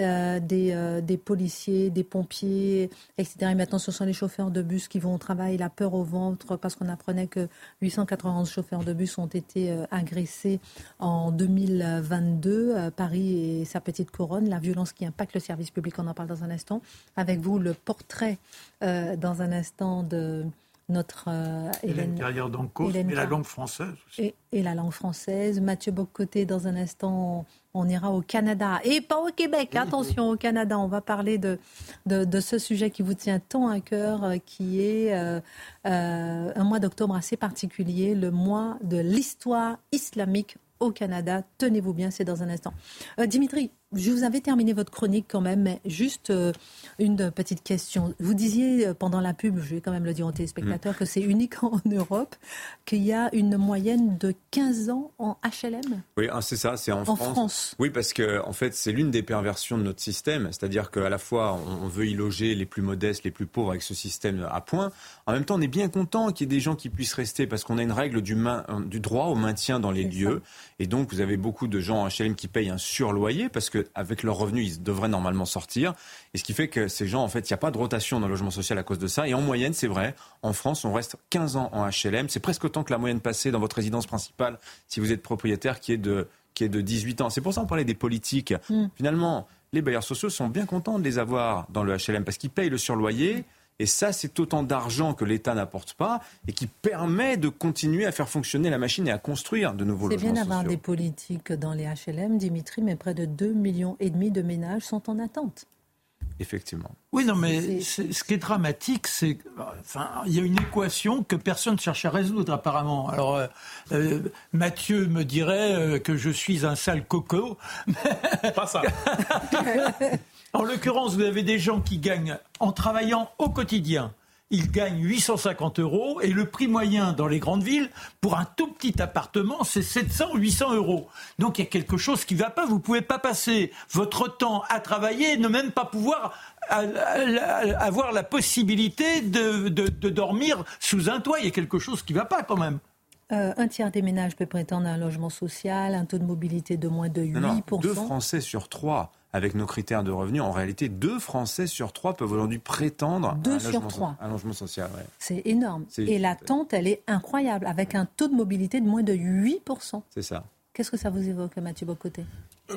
policiers, des pompiers, etc. Et maintenant, ce sont les chauffeurs de bus qui vont au travail, la peur au ventre, parce qu'on apprenait que 891 chauffeurs de bus ont été agressés en 2022. Paris et sa petite couronne, la violence qui impacte le service public, on en parle dans un instant. Avec vous, le portrait dans un instant de... notre Hélène Carrère d'Encausse, et la langue française aussi. Et la langue française. Mathieu Bock-Côté, dans un instant, on ira au Canada. Et pas au Québec, attention, au Canada. On va parler de ce sujet qui vous tient tant à cœur, qui est un mois d'octobre assez particulier, le mois de l'histoire islamique au Canada. Tenez-vous bien, c'est dans un instant. Dimitri, je vous avais terminé votre chronique quand même, mais juste une petite question. Vous disiez pendant la pub, je vais quand même le dire aux téléspectateurs, que c'est unique en Europe, qu'il y a une moyenne de 15 ans en HLM. Oui, c'est ça, c'est en France. Oui, parce que en fait, c'est l'une des perversions de notre système, c'est-à-dire qu'à la fois, on veut y loger les plus modestes, les plus pauvres avec ce système à points. En même temps, on est bien content qu'il y ait des gens qui puissent rester, parce qu'on a une règle du droit au maintien dans les lieux. Et donc, vous avez beaucoup de gens en HLM qui payent un surloyer, parce que avec leurs revenus, ils devraient normalement sortir. Et ce qui fait que ces gens, en fait, il n'y a pas de rotation dans le logement social à cause de ça. Et en moyenne, c'est vrai, en France, on reste 15 ans en HLM. C'est presque autant que la moyenne passée dans votre résidence principale, si vous êtes propriétaire, qui est de 18 ans. C'est pour ça qu'on parlait des politiques. Finalement, les bailleurs sociaux sont bien contents de les avoir dans le HLM, parce qu'ils payent le surloyer. Et ça, c'est autant d'argent que l'État n'apporte pas et qui permet de continuer à faire fonctionner la machine et à construire de nouveaux logements sociaux. C'est bien d'avoir des politiques dans les HLM, Dimitri, mais près de 2,5 millions de ménages sont en attente. Effectivement. Oui, non, mais ce qui est dramatique, c'est il y a une équation que personne ne cherche à résoudre, apparemment. Alors, Mathieu me dirait que je suis un sale coco. Pas ça. En l'occurrence, vous avez des gens qui gagnent en travaillant au quotidien ils gagnent 850 € et le prix moyen dans les grandes villes, pour un tout petit appartement, c'est 700-800 €. Donc il y a quelque chose qui ne va pas. Vous ne pouvez pas passer votre temps à travailler et ne même pas pouvoir avoir la possibilité de dormir sous un toit. Il y a quelque chose qui ne va pas quand même. Un tiers des ménages peut prétendre à un logement social, un taux de mobilité de moins de 8%. Non, 2 Français sur 3, avec nos critères de revenus, en réalité, 2 Français sur 3 peuvent aujourd'hui prétendre à un logement social. Ouais. C'est énorme. Et l'attente, elle est incroyable, avec un taux de mobilité de moins de 8%. C'est ça. Qu'est-ce que ça vous évoque, Mathieu Bocoté ?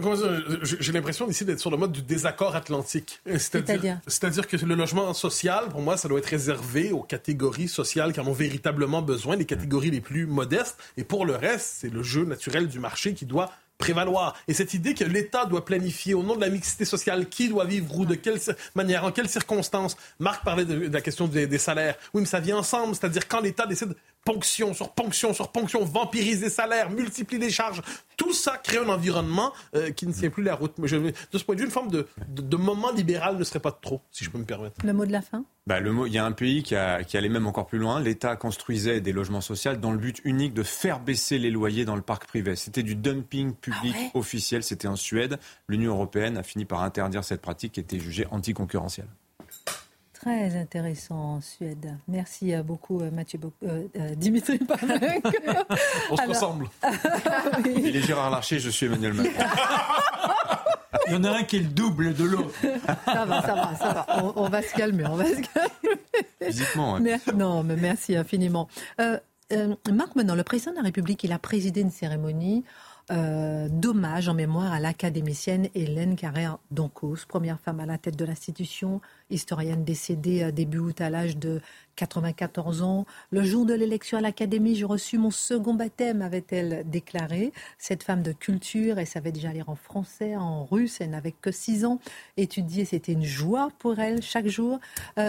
J'ai l'impression d'ici d'être sur le mode du désaccord atlantique. C'est-à-dire que le logement social, pour moi, ça doit être réservé aux catégories sociales qui en ont véritablement besoin, les catégories les plus modestes. Et pour le reste, c'est le jeu naturel du marché qui doit prévaloir. Et cette idée que l'État doit planifier au nom de la mixité sociale qui doit vivre où, de quelle manière, en quelles circonstances. Marc parlait de la question des salaires. Oui, mais ça vient ensemble. C'est-à-dire quand l'État décide ponction sur ponction sur ponction, vampirise les salaires, multiplie les charges, tout ça crée un environnement qui ne tient plus la route. Mais de ce point de vue, une forme de moment libéral ne serait pas de trop, si je peux me permettre. Le mot de la fin ? Il y a un pays qui allait même encore plus loin. L'État construisait des logements sociaux dans le but unique de faire baisser les loyers dans le parc privé. C'était du dumping public officiel. C'était en Suède. L'Union européenne a fini par interdire cette pratique qui était jugée anticoncurrentielle. Très intéressant en Suède. Merci beaucoup, Mathieu Dimitri Pavlenko. On se ressemble. Il est Gérard Larcher, je suis Emmanuel Macron. Il y en a un qui est le double de l'autre. Ça va. On va se calmer. Physiquement, ouais. Non, mais merci infiniment. Marc Menon, le président de la République, il a présidé une cérémonie d'hommage en mémoire à l'académicienne Hélène Carrère-Doncos, première femme à la tête de l'institution, historienne décédée début août à l'âge de 94 ans. Le jour de l'élection à l'Académie, j'ai reçu mon second baptême, avait-elle déclaré. Cette femme de culture, elle savait déjà lire en français, en russe, elle n'avait que 6 ans. Étudier, c'était une joie pour elle chaque jour.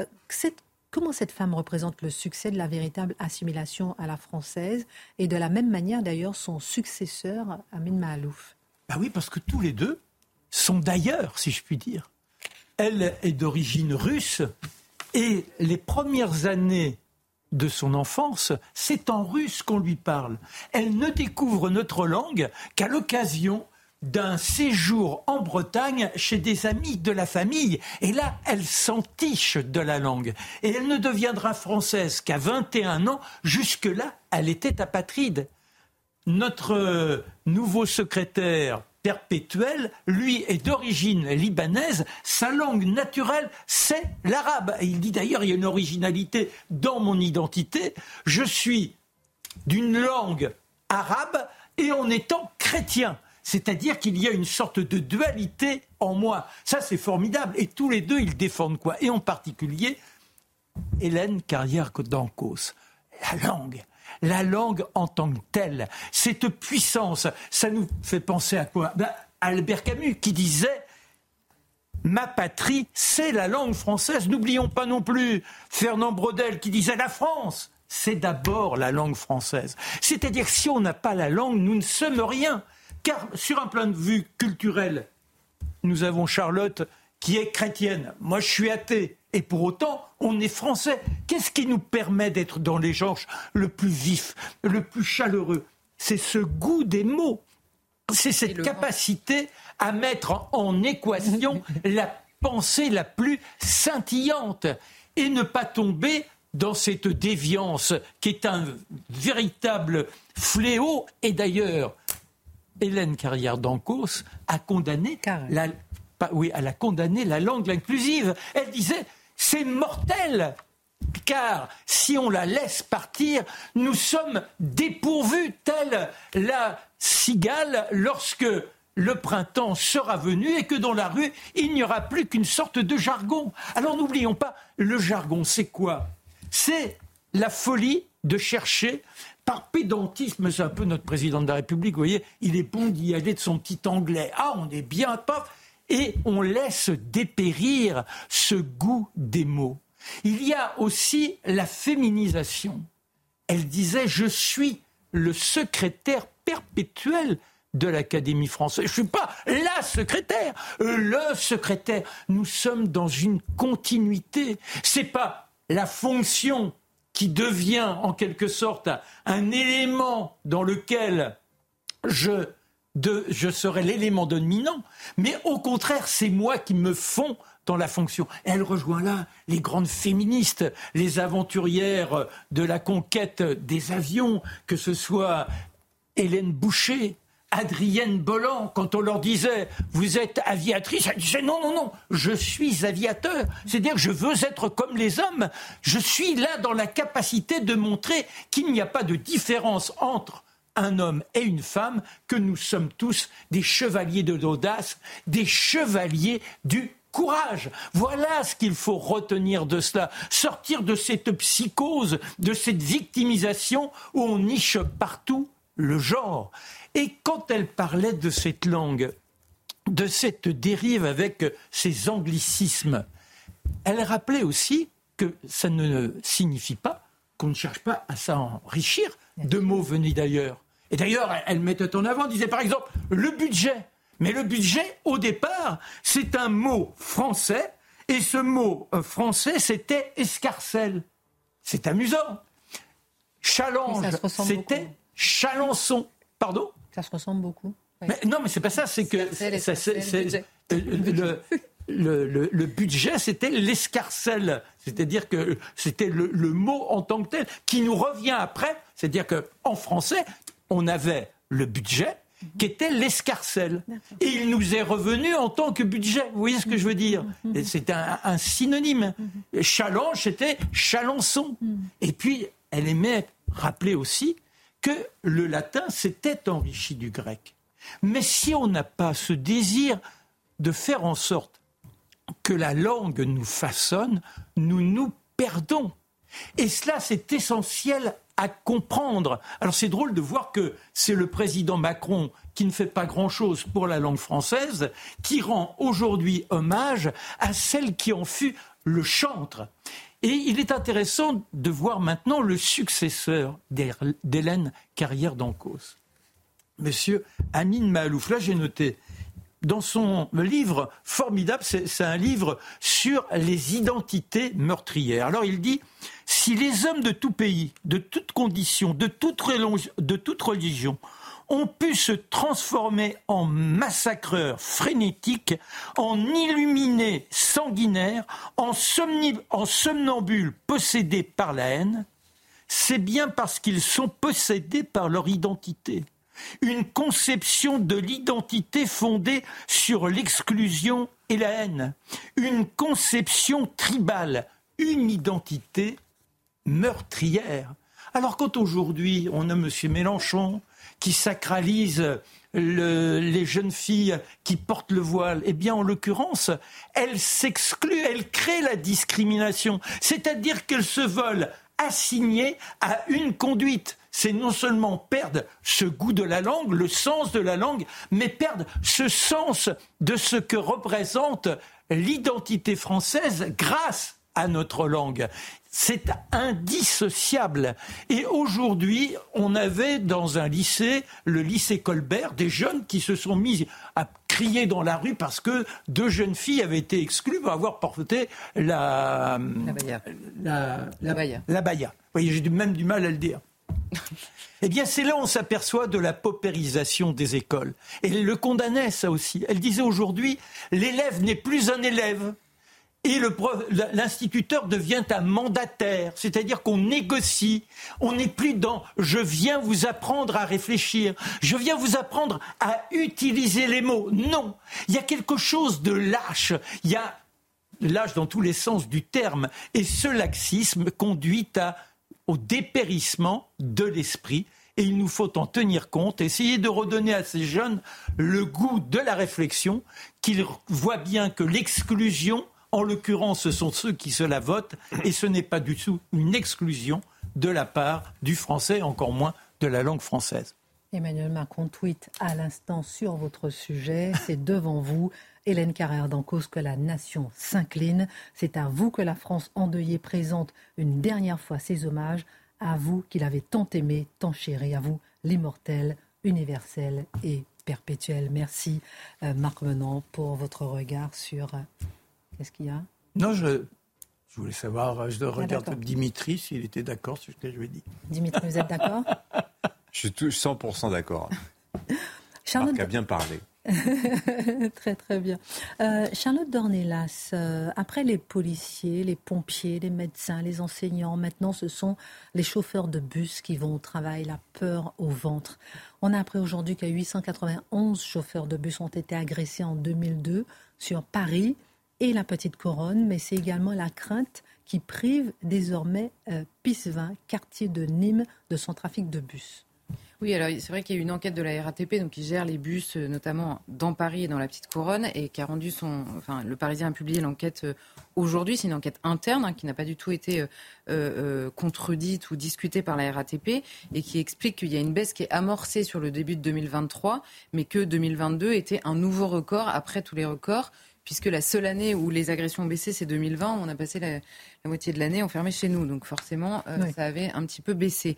Comment cette femme représente le succès de la véritable assimilation à la française et de la même manière d'ailleurs son successeur Amin Maalouf ? Oui, parce que tous les deux sont d'ailleurs, si je puis dire. Elle est d'origine russe et les premières années de son enfance, c'est en russe qu'on lui parle. Elle ne découvre notre langue qu'à l'occasion d'un séjour en Bretagne chez des amis de la famille. Et là, elle s'entiche de la langue. Et elle ne deviendra française qu'à 21 ans. Jusque-là, elle était apatride. Notre nouveau secrétaire perpétuel, lui, est d'origine libanaise. Sa langue naturelle, c'est l'arabe. Et il dit d'ailleurs, il y a une originalité dans mon identité. Je suis d'une langue arabe et en étant chrétien. C'est-à-dire qu'il y a une sorte de dualité en moi. Ça, c'est formidable. Et tous les deux, ils défendent quoi ? Et en particulier, Hélène Carrère-Doncos. La langue en tant que telle, cette puissance, ça nous fait penser à quoi ? Albert Camus qui disait « Ma patrie, c'est la langue française ». N'oublions pas non plus Fernand Braudel qui disait « La France, c'est d'abord la langue française ». C'est-à-dire que si on n'a pas la langue, nous ne sommes rien. Car sur un plan de vue culturel, nous avons Charlotte qui est chrétienne. Moi, je suis athée. Et pour autant, on est français. Qu'est-ce qui nous permet d'être dans l'échange le plus vif, le plus chaleureux ? C'est ce goût des mots. C'est cette capacité à mettre en équation la pensée la plus scintillante et ne pas tomber dans cette déviance qui est un véritable fléau. Et d'ailleurs, Hélène Carrère-Doncos a condamné elle a condamné la langue inclusive. Elle disait « c'est mortel ». Car si on la laisse partir, nous sommes dépourvus, telle la cigale lorsque le printemps sera venu et que dans la rue, il n'y aura plus qu'une sorte de jargon. Alors n'oublions pas, le jargon, c'est quoi ? C'est la folie de chercher, par pédantisme, c'est un peu notre président de la République, vous voyez, il est bon d'y aller de son petit anglais. Ah, on est bien, paf, et on laisse dépérir ce goût des mots. Il y a aussi la féminisation. Elle disait « Je suis le secrétaire perpétuel de l'Académie française. Je ne suis pas la secrétaire, le secrétaire. Nous sommes dans une continuité. C'est pas la fonction qui devient en quelque sorte un élément dans lequel je serai l'élément dominant, mais au contraire, c'est moi qui me fonds dans la fonction. Et elle rejoint là les grandes féministes, les aventurières de la conquête des avions, que ce soit Hélène Boucher, Adrienne Bolland, quand on leur disait « vous êtes aviatrice », elle disait « non, je suis aviateur ». C'est-à-dire que je veux être comme les hommes. Je suis là dans la capacité de montrer qu'il n'y a pas de différence entre un homme et une femme, que nous sommes tous des chevaliers de l'audace, des chevaliers du courage. Voilà ce qu'il faut retenir de cela. Sortir de cette psychose, de cette victimisation où on niche partout le genre. Et quand elle parlait de cette langue, de cette dérive avec ses anglicismes, elle rappelait aussi que ça ne signifie pas qu'on ne cherche pas à s'enrichir de mots venus d'ailleurs. Et d'ailleurs, elle mettait en avant, disait par exemple, le budget. Mais le budget, au départ, c'est un mot français, et ce mot français, c'était escarcelle. C'est amusant. Challenge, c'était beaucoup. Chalençon. Pardon ? Ça se ressemble beaucoup. Oui. Mais, non, mais c'est pas ça, c'est que le budget, c'était l'escarcelle. C'est-à-dire que c'était le mot en tant que tel qui nous revient après. C'est-à-dire qu'en français, on avait le budget qui était l'escarcelle. Et il nous est revenu en tant que budget. Vous voyez ce que je veux dire ? C'est un synonyme. Challenge, c'était Chalençon. Et puis, elle aimait rappeler aussi que le latin s'était enrichi du grec. Mais si on n'a pas ce désir de faire en sorte que la langue nous façonne, nous nous perdons. Et cela, c'est essentiel à comprendre. Alors c'est drôle de voir que c'est le président Macron qui ne fait pas grand-chose pour la langue française, qui rend aujourd'hui hommage à celle qui en fut le chantre. Et il est intéressant de voir maintenant le successeur d'Hélène Carrière d'Ancos, Monsieur Amin Mahalouf. Là, j'ai noté, dans son livre formidable, c'est un livre sur les identités meurtrières. Alors, il dit « Si les hommes de tout pays, de toutes conditions, de toute religion, ont pu se transformer en massacreurs frénétiques, en illuminés sanguinaires, en somnambules possédés par la haine, c'est bien parce qu'ils sont possédés par leur identité. Une conception de l'identité fondée sur l'exclusion et la haine. Une conception tribale, une identité meurtrière. » Alors quand aujourd'hui on a M. Mélenchon qui sacralise les jeunes filles qui portent le voile, eh bien en l'occurrence, elles s'excluent, elles créent la discrimination. C'est-à-dire qu'elles se veulent assigner à une conduite. C'est non seulement perdre ce goût de la langue, le sens de la langue, mais perdre ce sens de ce que représente l'identité française grâce à notre langue. C'est indissociable. Et aujourd'hui, on avait dans un lycée, le lycée Colbert, des jeunes qui se sont mis à crier dans la rue parce que 2 jeunes filles avaient été exclues pour avoir porté la baya. Vous voyez, j'ai même du mal à le dire. Eh bien, c'est là où on s'aperçoit de la paupérisation des écoles. Et elle le condamnait, ça aussi. Elle disait aujourd'hui, l'élève n'est plus un élève. Et l'instituteur devient un mandataire, c'est-à-dire qu'on négocie. On n'est plus dans « je viens vous apprendre à réfléchir »,« je viens vous apprendre à utiliser les mots ». Non, il y a quelque chose de lâche. Il y a lâche dans tous les sens du terme. Et ce laxisme conduit au dépérissement de l'esprit. Et il nous faut en tenir compte, essayer de redonner à ces jeunes le goût de la réflexion, qu'ils voient bien que l'exclusion, en l'occurrence, ce sont ceux qui se la votent, et ce n'est pas du tout une exclusion de la part du français, encore moins de la langue française. Emmanuel Macron tweet à l'instant sur votre sujet, c'est devant vous, Hélène Carrière d'Ancos, que la nation s'incline. C'est à vous que la France endeuillée présente une dernière fois ses hommages, à vous qui l'avez tant aimé, tant chéri, à vous l'immortel, universel et perpétuel. Merci Marc Menant pour votre regard sur... Qu'est-ce qu'il y a ? Non, Je voulais savoir, je regarde Dimitri s'il était d'accord sur ce que je lui ai dit. Dimitri, vous êtes d'accord? Je suis 100% d'accord. Charlotte Marc a bien parlé. Très très bien. Charlotte Dornelas, après les policiers, les pompiers, les médecins, les enseignants, maintenant ce sont les chauffeurs de bus qui vont au travail, la peur au ventre. On a appris aujourd'hui que 891 chauffeurs de bus ont été agressés en 2002 sur Paris et la Petite Couronne, mais c'est également la crainte qui prive désormais Pisevin, quartier de Nîmes, de son trafic de bus. Oui, alors c'est vrai qu'il y a eu une enquête de la RATP donc, qui gère les bus, notamment dans Paris et dans la Petite Couronne, et qui a rendu le Parisien a publié l'enquête aujourd'hui. C'est une enquête interne qui n'a pas du tout été contredite ou discutée par la RATP et qui explique qu'il y a une baisse qui est amorcée sur le début de 2023, mais que 2022 était un nouveau record après tous les records, puisque la seule année où les agressions ont baissé, c'est 2020. On a passé la moitié de l'année enfermés chez nous. Donc forcément, ça avait un petit peu baissé.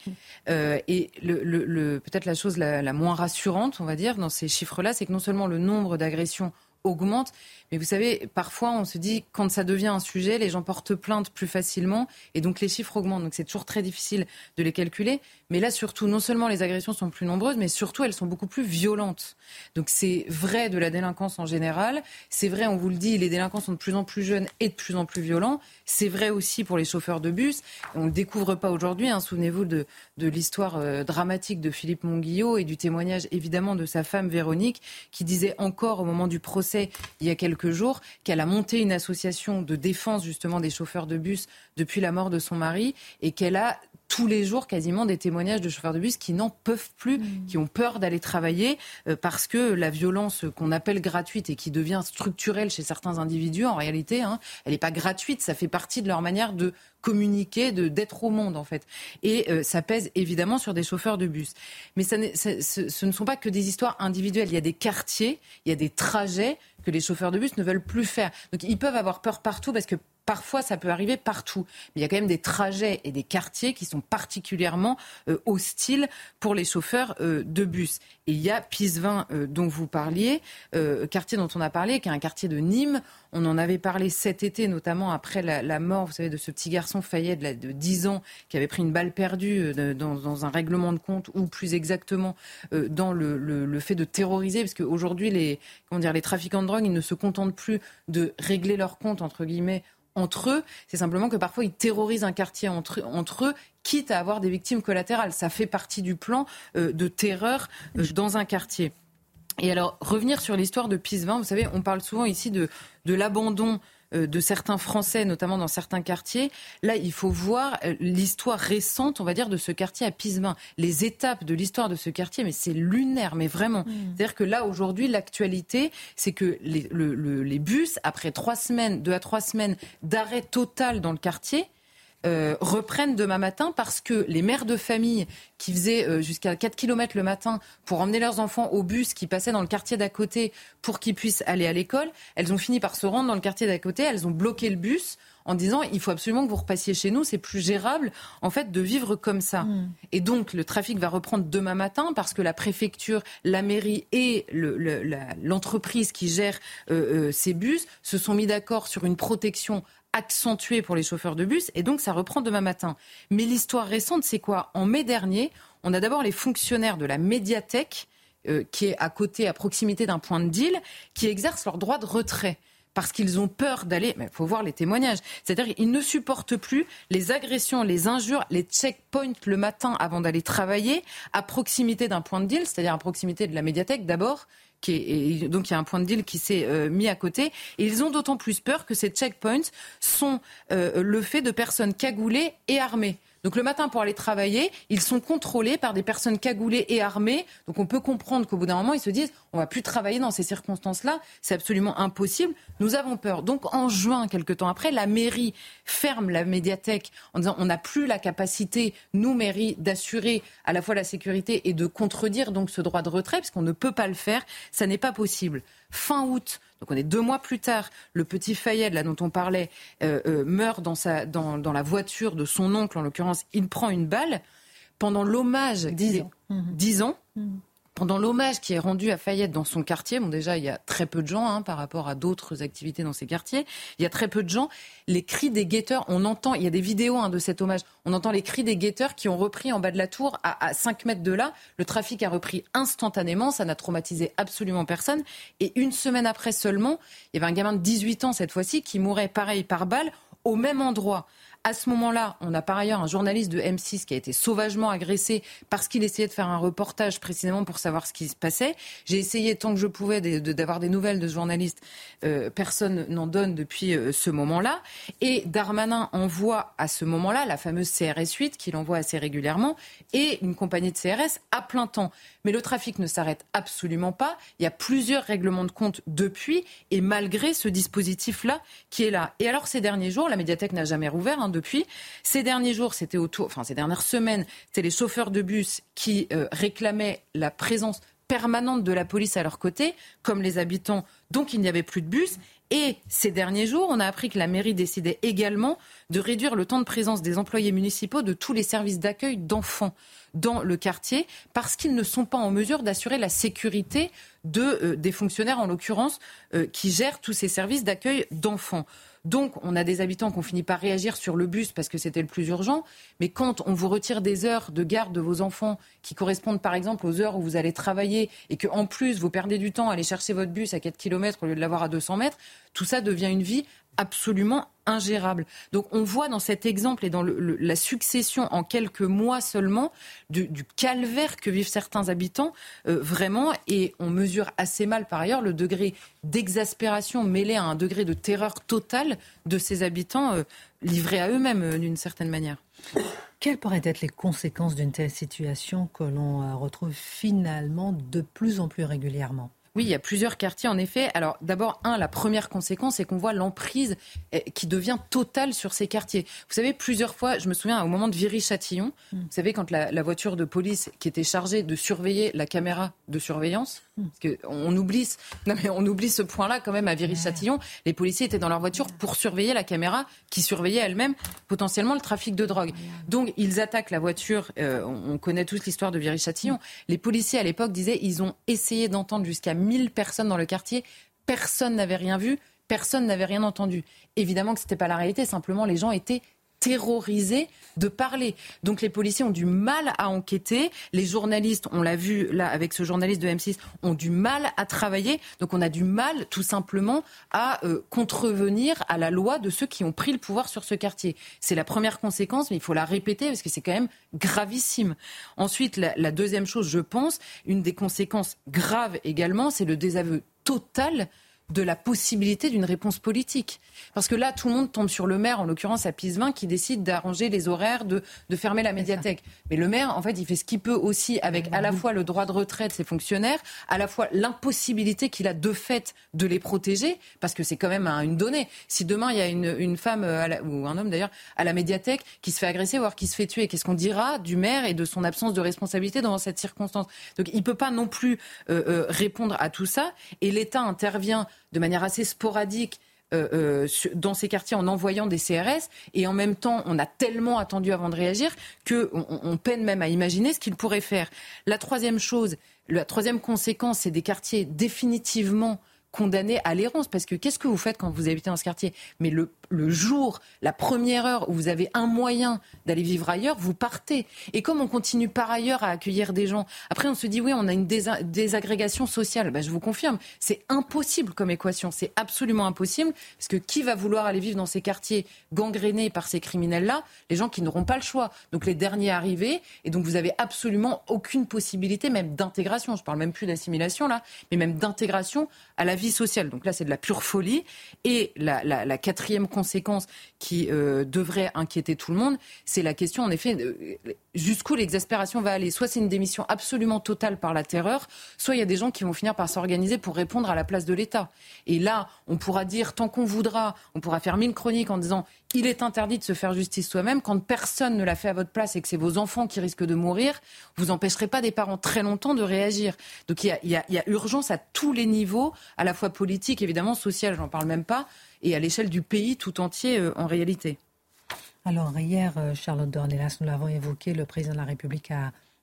Et peut-être la chose la moins rassurante, on va dire, dans ces chiffres-là, c'est que non seulement le nombre d'agressions augmente, mais vous savez, parfois on se dit, quand ça devient un sujet, les gens portent plainte plus facilement et donc les chiffres augmentent. Donc c'est toujours très difficile de les calculer. Mais là, surtout, non seulement les agressions sont plus nombreuses, mais surtout elles sont beaucoup plus violentes. Donc c'est vrai de la délinquance en général. C'est vrai, on vous le dit, les délinquants sont de plus en plus jeunes et de plus en plus violents. C'est vrai aussi pour les chauffeurs de bus. On ne le découvre pas aujourd'hui. Souvenez-vous de l'histoire dramatique de Philippe Monguillot et du témoignage évidemment de sa femme Véronique, qui disait encore au moment du procès il y a quelques jours qu'elle a monté une association de défense justement des chauffeurs de bus depuis la mort de son mari et qu'elle a tous les jours quasiment des témoignages de chauffeurs de bus qui n'en peuvent plus, qui ont peur d'aller travailler parce que la violence qu'on appelle gratuite et qui devient structurelle chez certains individus, en réalité, elle n'est pas gratuite, ça fait partie de leur manière de communiquer, d'être au monde en fait. Et ça pèse évidemment sur des chauffeurs de bus. Mais ce ne sont pas que des histoires individuelles, il y a des quartiers, il y a des trajets que les chauffeurs de bus ne veulent plus faire. Donc ils peuvent avoir peur partout parce que parfois, ça peut arriver partout. Mais il y a quand même des trajets et des quartiers qui sont particulièrement hostiles pour les chauffeurs de bus. Et il y a Pisevin dont vous parliez, quartier dont on a parlé, qui est un quartier de Nîmes. On en avait parlé cet été, notamment après la mort, vous savez, de ce petit garçon Fayed de 10 ans qui avait pris une balle perdue dans un règlement de compte, ou plus exactement dans le fait de terroriser, parce qu'aujourd'hui, les trafiquants de drogue, ils ne se contentent plus de régler leur compte, entre guillemets, entre eux, c'est simplement que parfois ils terrorisent un quartier entre eux, quitte à avoir des victimes collatérales. Ça fait partie du plan de terreur dans un quartier. Et alors, revenir sur l'histoire de Pisevin, vous savez, on parle souvent ici de l'abandon de certains Français, notamment dans certains quartiers. Là, il faut voir l'histoire récente, on va dire, de ce quartier à Pisevin. Les étapes de l'histoire de ce quartier, mais c'est lunaire, mais vraiment. C'est-à-dire que là, aujourd'hui, l'actualité, c'est que les bus, après 2 à 3 semaines d'arrêt total dans le quartier, reprennent demain matin parce que les mères de famille qui faisaient jusqu'à 4 km le matin pour emmener leurs enfants au bus qui passait dans le quartier d'à côté pour qu'ils puissent aller à l'école, elles ont fini par se rendre dans le quartier d'à côté, elles ont bloqué le bus en disant il faut absolument que vous repassiez chez nous, c'est plus gérable en fait de vivre comme ça. Et donc le trafic va reprendre demain matin parce que la préfecture, la mairie et l'entreprise qui gère ces bus se sont mis d'accord sur une protection accentuée pour les chauffeurs de bus, et donc ça reprend demain matin. Mais l'histoire récente, c'est quoi ? En mai dernier, on a d'abord les fonctionnaires de la médiathèque, qui est à proximité d'un point de deal, qui exercent leur droit de retrait. Parce qu'ils ont peur d'aller... Mais il faut voir les témoignages. C'est-à-dire qu'ils ne supportent plus les agressions, les injures, les checkpoints le matin avant d'aller travailler à proximité d'un point de deal, c'est-à-dire à proximité de la médiathèque d'abord. Donc il y a un point de deal qui s'est mis à côté. Et ils ont d'autant plus peur que ces checkpoints sont le fait de personnes cagoulées et armées. Donc le matin, pour aller travailler, ils sont contrôlés par des personnes cagoulées et armées. Donc on peut comprendre qu'au bout d'un moment, ils se disent on ne va plus travailler dans ces circonstances-là. C'est absolument impossible. Nous avons peur. Donc en juin, quelque temps après, la mairie ferme la médiathèque en disant on n'a plus la capacité, nous, mairie, d'assurer à la fois la sécurité et de contredire donc ce droit de retrait, parce qu'on ne peut pas le faire. Ça n'est pas possible. Fin août, donc on est 2 mois plus tard, le petit Fayed, là dont on parlait, meurt dans la voiture de son oncle, en l'occurrence, il prend une balle. Pendant l'hommage... 10 ans. 10 ans. pendant l'hommage qui est rendu à Fayette dans son quartier, bon déjà il y a très peu de gens par rapport à d'autres activités dans ces quartiers, il y a très peu de gens, les cris des guetteurs, on entend, il y a des vidéos de cet hommage, on entend les cris des guetteurs qui ont repris en bas de la tour à 5 mètres de là, le trafic a repris instantanément, ça n'a traumatisé absolument personne, et une semaine après seulement, il y avait un gamin de 18 ans cette fois-ci qui mourait pareil par balle au même endroit. À ce moment-là, on a par ailleurs un journaliste de M6 qui a été sauvagement agressé parce qu'il essayait de faire un reportage précisément pour savoir ce qui se passait. J'ai essayé tant que je pouvais d'avoir des nouvelles de ce journaliste. Personne n'en donne depuis ce moment-là. Et Darmanin envoie à ce moment-là la fameuse CRS 8 qu'il envoie assez régulièrement et une compagnie de CRS à plein temps. Mais le trafic ne s'arrête absolument pas. Il y a plusieurs règlements de compte depuis et malgré ce dispositif-là qui est là. Et alors ces derniers jours, la médiathèque n'a jamais rouvert depuis. Ces derniers jours, ces dernières semaines, c'était les chauffeurs de bus qui réclamaient la présence permanente de la police à leur côté, comme les habitants, donc il n'y avait plus de bus. Et ces derniers jours, on a appris que la mairie décidait également de réduire le temps de présence des employés municipaux de tous les services d'accueil d'enfants dans le quartier parce qu'ils ne sont pas en mesure d'assurer la sécurité des fonctionnaires, en l'occurrence, qui gèrent tous ces services d'accueil d'enfants. Donc, on a des habitants qui ont fini par réagir sur le bus parce que c'était le plus urgent. Mais quand on vous retire des heures de garde de vos enfants qui correspondent par exemple aux heures où vous allez travailler et qu'en plus vous perdez du temps à aller chercher votre bus à 4 km au lieu de l'avoir à 200 mètres, tout ça devient une vie absolument ingérable. Donc on voit dans cet exemple et dans la succession en quelques mois seulement du calvaire que vivent certains habitants vraiment, et on mesure assez mal par ailleurs le degré d'exaspération mêlé à un degré de terreur totale de ces habitants livrés à eux-mêmes d'une certaine manière. Quelles pourraient être les conséquences d'une telle situation que l'on retrouve finalement de plus en plus régulièrement ? Oui, il y a plusieurs quartiers, en effet. Alors, d'abord, la première conséquence, c'est qu'on voit l'emprise qui devient totale sur ces quartiers. Vous savez, plusieurs fois, je me souviens au moment de Viry-Châtillon, vous savez, quand la voiture de police qui était chargée de surveiller la caméra de surveillance, parce qu'on oublie ce point-là quand même à Viry-Châtillon, les policiers étaient dans leur voiture pour surveiller la caméra qui surveillait elle-même potentiellement le trafic de drogue. Donc, ils attaquent la voiture, on connaît tous l'histoire de Viry-Châtillon. Les policiers, à l'époque, disaient ils ont essayé d'entendre jusqu'à 1000 personnes dans le quartier, personne n'avait rien vu, personne n'avait rien entendu. Évidemment que ce n'était pas la réalité, simplement les gens étaient terrorisés de parler. Donc les policiers ont du mal à enquêter, les journalistes, on l'a vu là avec ce journaliste de M6, ont du mal à travailler, donc on a du mal tout simplement à contrevenir à la loi de ceux qui ont pris le pouvoir sur ce quartier. C'est la première conséquence, mais il faut la répéter parce que c'est quand même gravissime. Ensuite, la deuxième chose, je pense, une des conséquences graves également, c'est le désaveu total de la possibilité d'une réponse politique. Parce que là, tout le monde tombe sur le maire, en l'occurrence à Pisevin, qui décide d'arranger les horaires, de fermer la médiathèque. Mais le maire, en fait, il fait ce qu'il peut aussi avec à la fois le droit de retrait de ses fonctionnaires, à la fois l'impossibilité qu'il a de fait de les protéger, parce que c'est quand même une donnée. Si demain, il y a une femme, ou un homme d'ailleurs, à la médiathèque qui se fait agresser, voire qui se fait tuer, qu'est-ce qu'on dira du maire et de son absence de responsabilité dans cette circonstance ? Donc il ne peut pas non plus répondre à tout ça. Et l'État intervient de manière assez sporadique dans ces quartiers en envoyant des CRS, et en même temps on a tellement attendu avant de réagir qu'on peine même à imaginer ce qu'il pourrait faire. La troisième conséquence, c'est des quartiers définitivement condamnés à l'errance, parce que qu'est-ce que vous faites quand vous habitez dans ce quartier ? Mais le jour, la première heure où vous avez un moyen d'aller vivre ailleurs, vous partez. Et comme on continue par ailleurs à accueillir des gens, après on se dit oui, on a une désagrégation sociale. Je vous confirme, c'est impossible comme équation, c'est absolument impossible, parce que qui va vouloir aller vivre dans ces quartiers gangrénés par ces criminels-là ? Les gens qui n'auront pas le choix, donc les derniers arrivés, et donc vous avez absolument aucune possibilité même d'intégration, je parle même plus d'assimilation là, mais même d'intégration à la vie sociale. Donc là, c'est de la pure folie. Et la quatrième conséquence qui devrait inquiéter tout le monde, c'est la question, en effet, jusqu'où l'exaspération va aller. Soit c'est une démission absolument totale par la terreur, soit il y a des gens qui vont finir par s'organiser pour répondre à la place de l'État. Et là, on pourra dire, tant qu'on voudra, on pourra faire 1000 chroniques en disant il est interdit de se faire justice soi-même. Quand personne ne l'a fait à votre place et que c'est vos enfants qui risquent de mourir, vous n'empêcherez pas des parents très longtemps de réagir. Donc il y a urgence à tous les niveaux, à la fois politique, évidemment, social, j'en parle même pas, et à l'échelle du pays tout entier en réalité. Alors hier, Charlotte Dornelas, nous l'avons évoqué, le président de la République a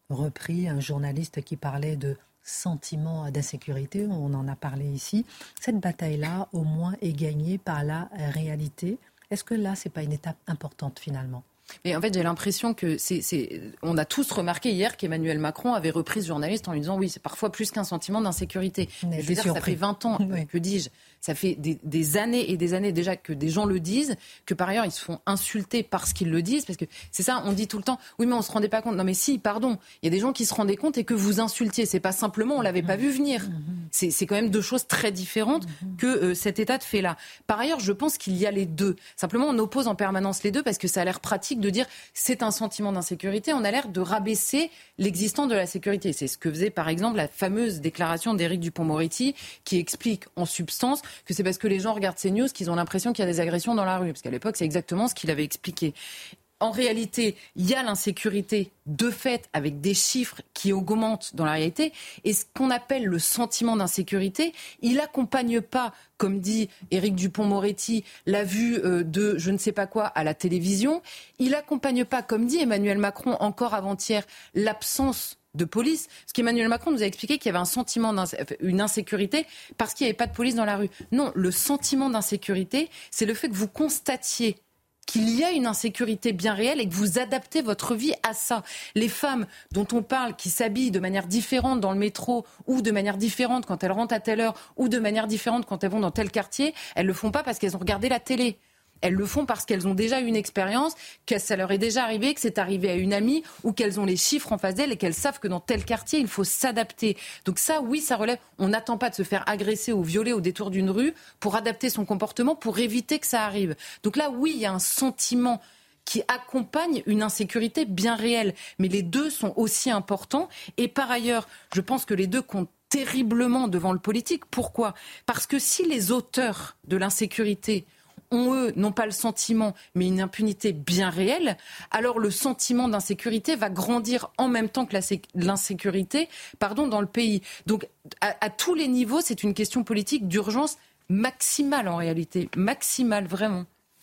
repris un journaliste qui parlait de sentiment d'insécurité, on en a parlé ici. Cette bataille-là, au moins, est gagnée par la réalité. Est-ce que là, c'est pas une étape importante finalement ? Mais en fait, j'ai l'impression que on a tous remarqué hier qu'Emmanuel Macron avait repris ce journaliste en lui disant oui, c'est parfois plus qu'un sentiment d'insécurité. Je veux dire, ça fait 20 ans, que dis-je, ça fait des années et des années déjà que des gens le disent, que par ailleurs ils se font insulter parce qu'ils le disent, parce que c'est ça, on dit tout le temps, oui mais on se rendait pas compte. Non mais si, pardon, il y a des gens qui se rendaient compte et que vous insultiez, c'est pas simplement on l'avait pas vu venir. C'est quand même deux choses très différentes que cet état de fait là. Par ailleurs, je pense qu'il y a les deux. Simplement, on oppose en permanence les deux parce que ça a l'air pratique de dire c'est un sentiment d'insécurité, on a l'air de rabaisser l'existence de la sécurité. C'est ce que faisait par exemple la fameuse déclaration d'Éric Dupond-Moretti qui explique en substance que c'est parce que les gens regardent ces news qu'ils ont l'impression qu'il y a des agressions dans la rue. Parce qu'à l'époque, c'est exactement ce qu'il avait expliqué. En réalité, il y a l'insécurité de fait avec des chiffres qui augmentent dans la réalité. Et ce qu'on appelle le sentiment d'insécurité, il n'accompagne pas, comme dit Éric Dupond-Moretti, la vue de je ne sais pas quoi à la télévision. Il n'accompagne pas, comme dit Emmanuel Macron encore avant-hier, l'absence de police. Parce qu'Emmanuel Macron nous a expliqué qu'il y avait un sentiment une insécurité parce qu'il n'y avait pas de police dans la rue. Non, le sentiment d'insécurité, c'est le fait que vous constatiez qu'il y a une insécurité bien réelle et que vous adaptez votre vie à ça. Les femmes dont on parle qui s'habillent de manière différente dans le métro ou de manière différente quand elles rentrent à telle heure ou de manière différente quand elles vont dans tel quartier, elles ne le font pas parce qu'elles ont regardé la télé. Elles le font parce qu'elles ont déjà eu une expérience, que ça leur est déjà arrivé, que c'est arrivé à une amie ou qu'elles ont les chiffres en face d'elles et qu'elles savent que dans tel quartier, il faut s'adapter. Donc ça, oui, ça relève. On n'attend pas de se faire agresser ou violer au détour d'une rue pour adapter son comportement, pour éviter que ça arrive. Donc là, oui, il y a un sentiment qui accompagne une insécurité bien réelle. Mais les deux sont aussi importants. Et par ailleurs, je pense que les deux comptent terriblement devant le politique. Pourquoi ? Parce que si les auteurs de l'insécurité eux, non pas le sentiment, mais une impunité bien réelle, alors le sentiment d'insécurité va grandir en même temps que l'insécurité dans le pays. Donc, à tous les niveaux, c'est une question politique d'urgence maximale en réalité. Maximale, vraiment.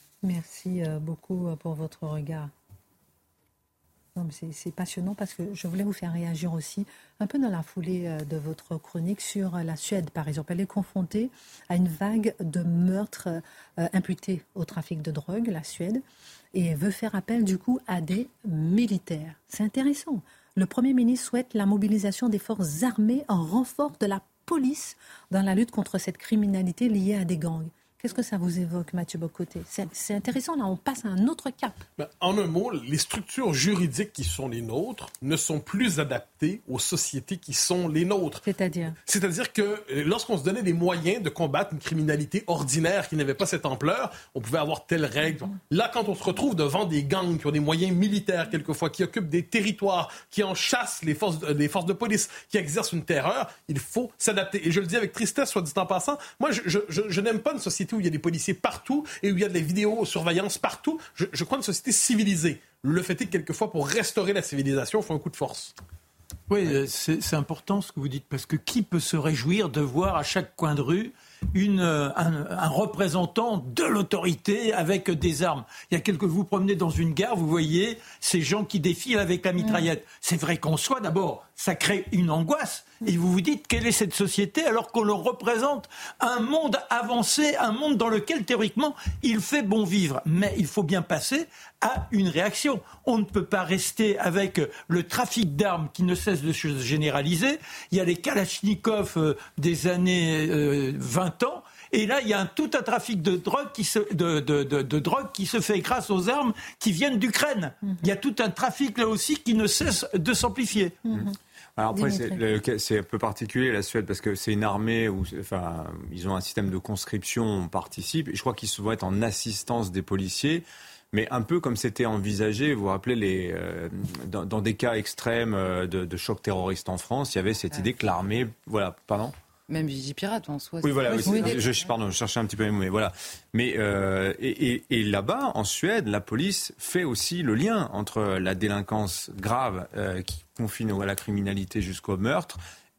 Merci beaucoup pour votre regard. Non, mais c'est passionnant parce que je voulais vous faire réagir aussi un peu dans la foulée de votre chronique sur la Suède, par exemple. Elle est confrontée à une vague de meurtres imputés au trafic de drogue, la Suède, et veut faire appel du coup à des militaires. C'est intéressant. Le Premier ministre souhaite la mobilisation des forces armées en renfort de la police dans la lutte contre cette criminalité liée à des gangs. Qu'est-ce que ça vous évoque, Mathieu Bocoté ? C'est intéressant, là, on passe à un autre cap. En un mot, les structures juridiques qui sont les nôtres ne sont plus adaptées aux sociétés qui sont les nôtres. C'est-à-dire que lorsqu'on se donnait des moyens de combattre une criminalité ordinaire qui n'avait pas cette ampleur, on pouvait avoir telle règle. Là, quand on se retrouve devant des gangs qui ont des moyens militaires, quelquefois, qui occupent des territoires, qui en chassent les forces de police, qui exercent une terreur, il faut s'adapter. Et je le dis avec tristesse, soit dit en passant, moi, je n'aime pas une société où il y a des policiers partout et où il y a de la vidéosurveillance partout. Je crois une société civilisée. Le fait est que quelquefois, pour restaurer la civilisation, il faut un coup de force. Oui, c'est important ce que vous dites, parce que qui peut se réjouir de voir à chaque coin de rue un représentant de l'autorité avec des armes. Vous promenez dans une gare, vous voyez ces gens qui défilent avec la mitraillette. C'est vrai qu'en soi, d'abord, ça crée une angoisse. Et vous vous dites, quelle est cette société alors qu'on leur représente un monde avancé, un monde dans lequel, théoriquement, il fait bon vivre. Mais il faut bien passer à une réaction. On ne peut pas rester avec le trafic d'armes qui ne cesse de se généraliser. Il y a les Kalachnikov des années 20 ans. Et là, il y a tout un trafic de drogue qui se fait grâce aux armes qui viennent d'Ukraine. Il y a tout un trafic là aussi qui ne cesse de s'amplifier. Alors après, c'est un peu particulier la Suède parce que c'est une armée où, ils ont un système de conscription, on participe. Et je crois qu'ils vont être en assistance des policiers. Mais un peu comme c'était envisagé, vous vous rappelez, dans des cas extrêmes de choc terroriste en France, il y avait cette idée que l'armée... Voilà, pardon ? Même Vigipirate en soi. Oui, voilà. Je cherchais un petit peu mes mots, mais voilà. Mais et là-bas, en Suède, la police fait aussi le lien entre la délinquance grave qui confine à la criminalité jusqu'au meurtre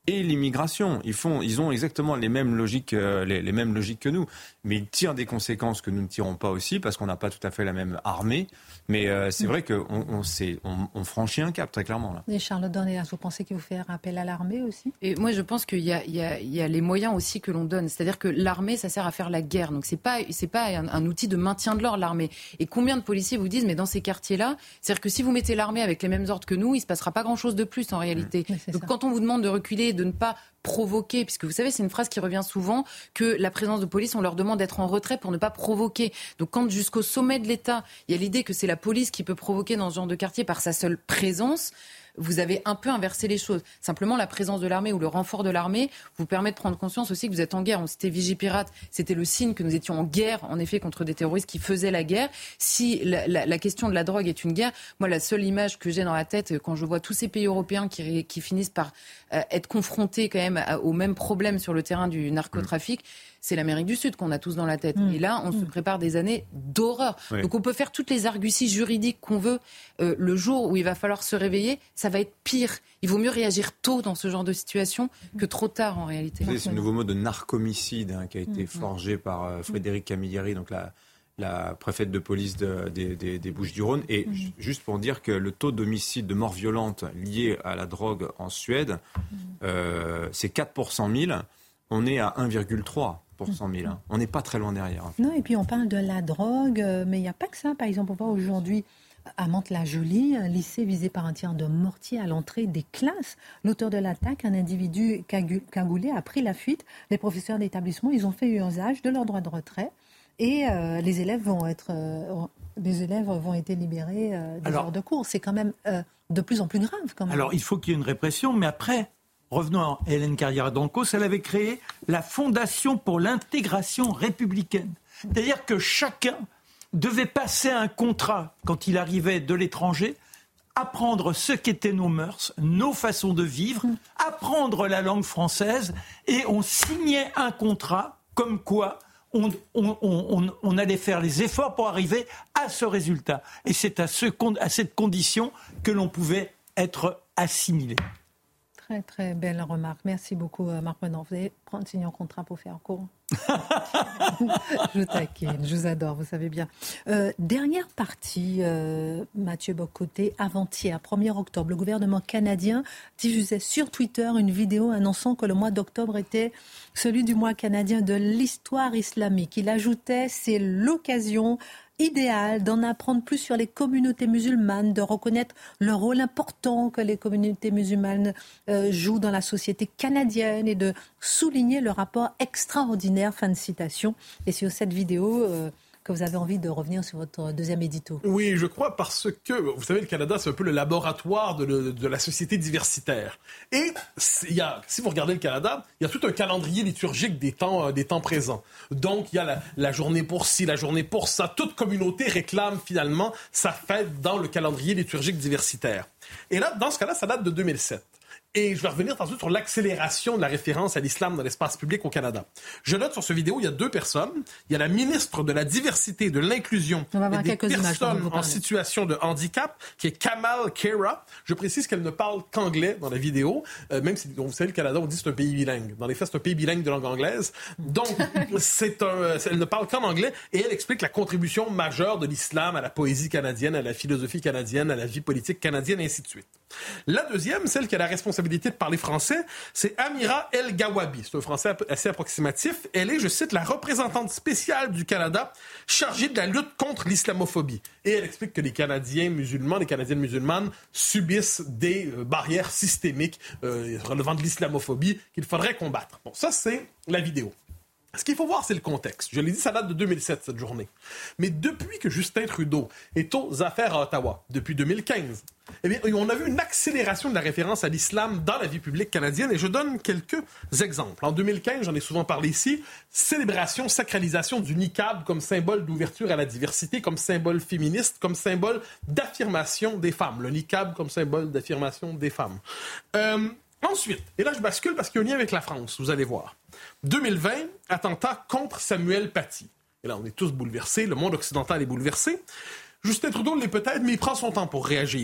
et l'immigration. Ils ont exactement les mêmes logiques, les mêmes logiques que nous. Mais ils tirent des conséquences que nous ne tirons pas aussi, parce qu'on n'a pas tout à fait la même armée. Mais c'est vrai qu'on franchit un cap, très clairement. Là. Et Charlotte Dornelas, vous pensez qu'il faut faire appel à l'armée aussi ? Et moi, je pense qu'il y a les moyens aussi que l'on donne. C'est-à-dire que l'armée, ça sert à faire la guerre. Donc, c'est pas un outil de maintien de l'ordre, l'armée. Et combien de policiers vous disent, mais dans ces quartiers-là, c'est-à-dire que si vous mettez l'armée avec les mêmes ordres que nous, il se passera pas grand-chose de plus en réalité. Donc, quand on vous demande de reculer, de ne pas provoquer, puisque vous savez, c'est une phrase qui revient souvent, que la présence de police, on leur demande d'être en retrait pour ne pas provoquer. Donc quand jusqu'au sommet de l'État, il y a l'idée que c'est la police qui peut provoquer dans ce genre de quartier par sa seule présence, vous avez un peu inversé les choses. Simplement, la présence de l'armée ou le renfort de l'armée vous permet de prendre conscience aussi que vous êtes en guerre. On citait Vigipirate, c'était le signe que nous étions en guerre, en effet, contre des terroristes qui faisaient la guerre. Si la question de la drogue est une guerre, moi, la seule image que j'ai dans la tête, quand je vois tous ces pays européens qui finissent par être confrontés quand même aux mêmes problèmes sur le terrain du narcotrafic, c'est l'Amérique du Sud qu'on a tous dans la tête. Et là, on se prépare des années d'horreur. Oui. Donc on peut faire toutes les arguties juridiques qu'on veut. Le jour où il va falloir se réveiller, ça va être pire. Il vaut mieux réagir tôt dans ce genre de situation que trop tard en réalité. Vous savez, c'est le nouveau mot de narcomicide qui a été forgé par Frédéric Camilleri, donc la préfète de police des Bouches-du-Rhône. Et juste pour dire que le taux d'homicide, de mort violente lié à la drogue en Suède, c'est 4 pour 100 000. On est à 1,3 pour 100 000. On n'est pas très loin derrière. Non, et puis on parle de la drogue, mais il n'y a pas que ça. Par exemple, on voit aujourd'hui à Mantes-la-Jolie, un lycée visé par un tir de mortier à l'entrée des classes. L'auteur de l'attaque, un individu cagoulé, a pris la fuite. Les professeurs d'établissement, ils ont fait usage de leur droit de retrait. Et les élèves vont être libérés des heures de cours. C'est quand même de plus en plus grave. Quand même. Alors, il faut qu'il y ait une répression, mais après, revenons à Hélène Carrière-Dancos, elle avait créé la Fondation pour l'intégration républicaine. C'est-à-dire que chacun devait passer un contrat quand il arrivait de l'étranger, apprendre ce qu'étaient nos mœurs, nos façons de vivre, apprendre la langue française, et on signait un contrat comme quoi on allait faire les efforts pour arriver à ce résultat. Et c'est à cette condition que l'on pouvait être assimilé. Très, très belle remarque. Merci beaucoup, Marc Menant. Vous allez signer un contrat pour faire cours. Je vous taquine, je vous adore, vous savez bien. Dernière partie, Mathieu Bock-Côté, avant-hier, 1er octobre, le gouvernement canadien diffusait sur Twitter une vidéo annonçant que le mois d'octobre était celui du mois canadien de l'histoire islamique. Il ajoutait, c'est l'occasion idéal d'en apprendre plus sur les communautés musulmanes, de reconnaître le rôle important que les communautés musulmanes jouent dans la société canadienne et de souligner le rapport extraordinaire, fin de citation. Et sur cette vidéo que vous avez envie de revenir sur votre deuxième édito. Oui, je crois parce que, vous savez, le Canada, c'est un peu le laboratoire de la société diversitaire. Et si vous regardez le Canada, il y a tout un calendrier liturgique des temps présents. Donc, il y a la journée pour ci, la journée pour ça. Toute communauté réclame finalement sa fête dans le calendrier liturgique diversitaire. Et là, dans ce cas-là, ça date de 2007. Et je vais revenir ensuite sur l'accélération de la référence à l'islam dans l'espace public au Canada. Je note sur cette vidéo, il y a deux personnes. Il y a la ministre de la Diversité, de l'Inclusion et des personnes en situation de handicap, qui est Kamal Khera. Je précise qu'elle ne parle qu'anglais dans la vidéo, même si, vous savez, le Canada, on dit que c'est un pays bilingue. Dans les faits, c'est un pays bilingue de langue anglaise. Donc, elle ne parle qu'en anglais et elle explique la contribution majeure de l'islam à la poésie canadienne, à la philosophie canadienne, à la vie politique canadienne, et ainsi de suite. La deuxième, celle qui a la responsabilité de parler français, c'est Amira El Gawabi. C'est un français assez approximatif. Elle est, je cite, la représentante spéciale du Canada chargée de la lutte contre l'islamophobie. Et elle explique que les Canadiens musulmans, les Canadiennes musulmanes subissent des barrières systémiques relevant de l'islamophobie qu'il faudrait combattre. Bon, ça, c'est la vidéo. Ce qu'il faut voir, c'est le contexte. Je l'ai dit, ça date de 2007, cette journée. Mais depuis que Justin Trudeau est aux affaires à Ottawa, depuis 2015, eh bien, on a vu une accélération de la référence à l'islam dans la vie publique canadienne, et je donne quelques exemples. En 2015, j'en ai souvent parlé ici, célébration, sacralisation du niqab comme symbole d'ouverture à la diversité, comme symbole féministe, comme symbole d'affirmation des femmes. Le niqab comme symbole d'affirmation des femmes. Ensuite, et là je bascule parce qu'il y a un lien avec la France, vous allez voir. 2020, attentat contre Samuel Paty. Et là, on est tous bouleversés, le monde occidental est bouleversé. Justin Trudeau l'est peut-être, mais il prend son temps pour réagir.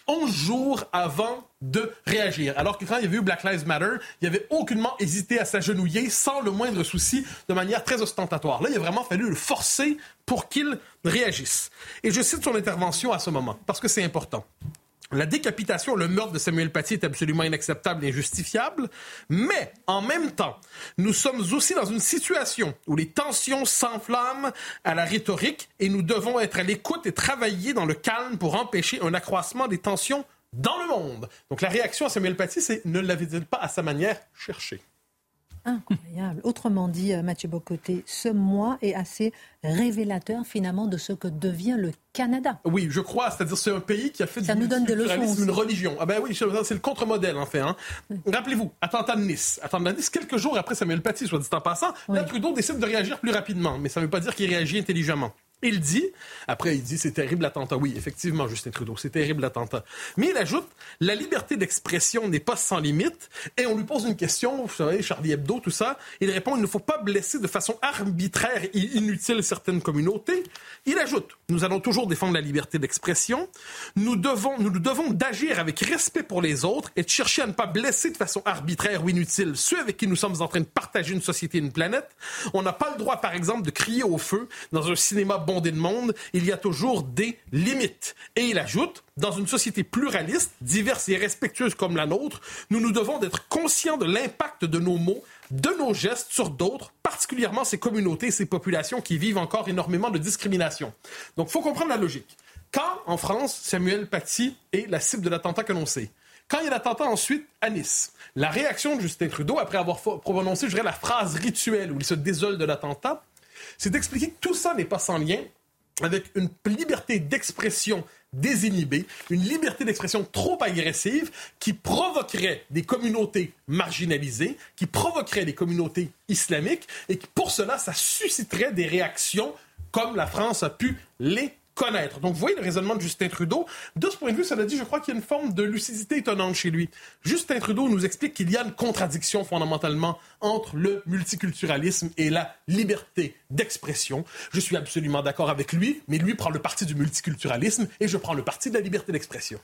11 jours avant de réagir. Alors que quand il y avait eu Black Lives Matter, il avait aucunement hésité à s'agenouiller sans le moindre souci, de manière très ostentatoire. Là, il a vraiment fallu le forcer pour qu'il réagisse. Et je cite son intervention à ce moment, parce que c'est important. La décapitation, le meurtre de Samuel Paty est absolument inacceptable et injustifiable, mais en même temps, nous sommes aussi dans une situation où les tensions s'enflamment à la rhétorique et nous devons être à l'écoute et travailler dans le calme pour empêcher un accroissement des tensions dans le monde. Donc la réaction à Samuel Paty, c'est ne l'avait-il pas à sa manière cherché. Incroyable. Autrement dit, Mathieu Bocoté, ce mois est assez révélateur finalement de ce que devient le Canada. Oui, je crois. C'est-à-dire c'est un pays qui a fait ça du nous donne des leçons une religion. Ah ben oui, c'est le contre-modèle en fait. Hein. Oui. Rappelez-vous, attentat de Nice. Attentat de Nice, quelques jours après Samuel Paty, soit dit en passant, là Trudeau décide de réagir plus rapidement, mais ça ne veut pas dire qu'il réagit intelligemment. Il dit, c'est terrible l'attentat. Oui, effectivement, Justin Trudeau, c'est terrible l'attentat. Mais il ajoute, la liberté d'expression n'est pas sans limite. Et on lui pose une question, vous savez, Charlie Hebdo, tout ça. Il répond, il ne faut pas blesser de façon arbitraire et inutile certaines communautés. Il ajoute, nous allons toujours défendre la liberté d'expression. Nous devons d'agir avec respect pour les autres et de chercher à ne pas blesser de façon arbitraire ou inutile ceux avec qui nous sommes en train de partager une société et une planète. On n'a pas le droit, par exemple, de crier au feu dans un cinéma bondé de monde. Il y a toujours des limites. Et il ajoute, dans une société pluraliste, diverse et respectueuse comme la nôtre, nous devons d'être conscients de l'impact de nos mots, de nos gestes sur d'autres, particulièrement ces communautés et ces populations qui vivent encore énormément de discrimination. Donc, il faut comprendre la logique. Quand, en France, Samuel Paty est la cible de l'attentat que l'on sait, quand il y a l'attentat ensuite à Nice, la réaction de Justin Trudeau, après avoir prononcé, je dirais, la phrase rituelle où il se désole de l'attentat, c'est d'expliquer que tout ça n'est pas sans lien avec une liberté d'expression désinhibée, une liberté d'expression trop agressive qui provoquerait des communautés marginalisées, qui provoquerait des communautés islamiques et qui, pour cela, ça susciterait des réactions comme la France a pu les connaître. Donc, vous voyez le raisonnement de Justin Trudeau. De ce point de vue, cela dit, je crois qu'il y a une forme de lucidité étonnante chez lui. Justin Trudeau nous explique qu'il y a une contradiction fondamentalement entre le multiculturalisme et la liberté d'expression. Je suis absolument d'accord avec lui, mais lui prend le parti du multiculturalisme et je prends le parti de la liberté d'expression.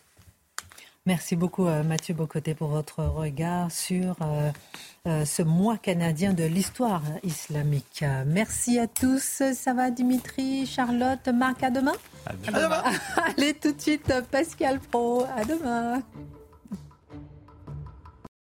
Merci beaucoup Mathieu Bocoté pour votre regard sur ce mois canadien de l'histoire islamique. Merci à tous. Ça va Dimitri, Charlotte, Marc, à demain. À demain. Allez tout de suite Pascal Praud, à demain.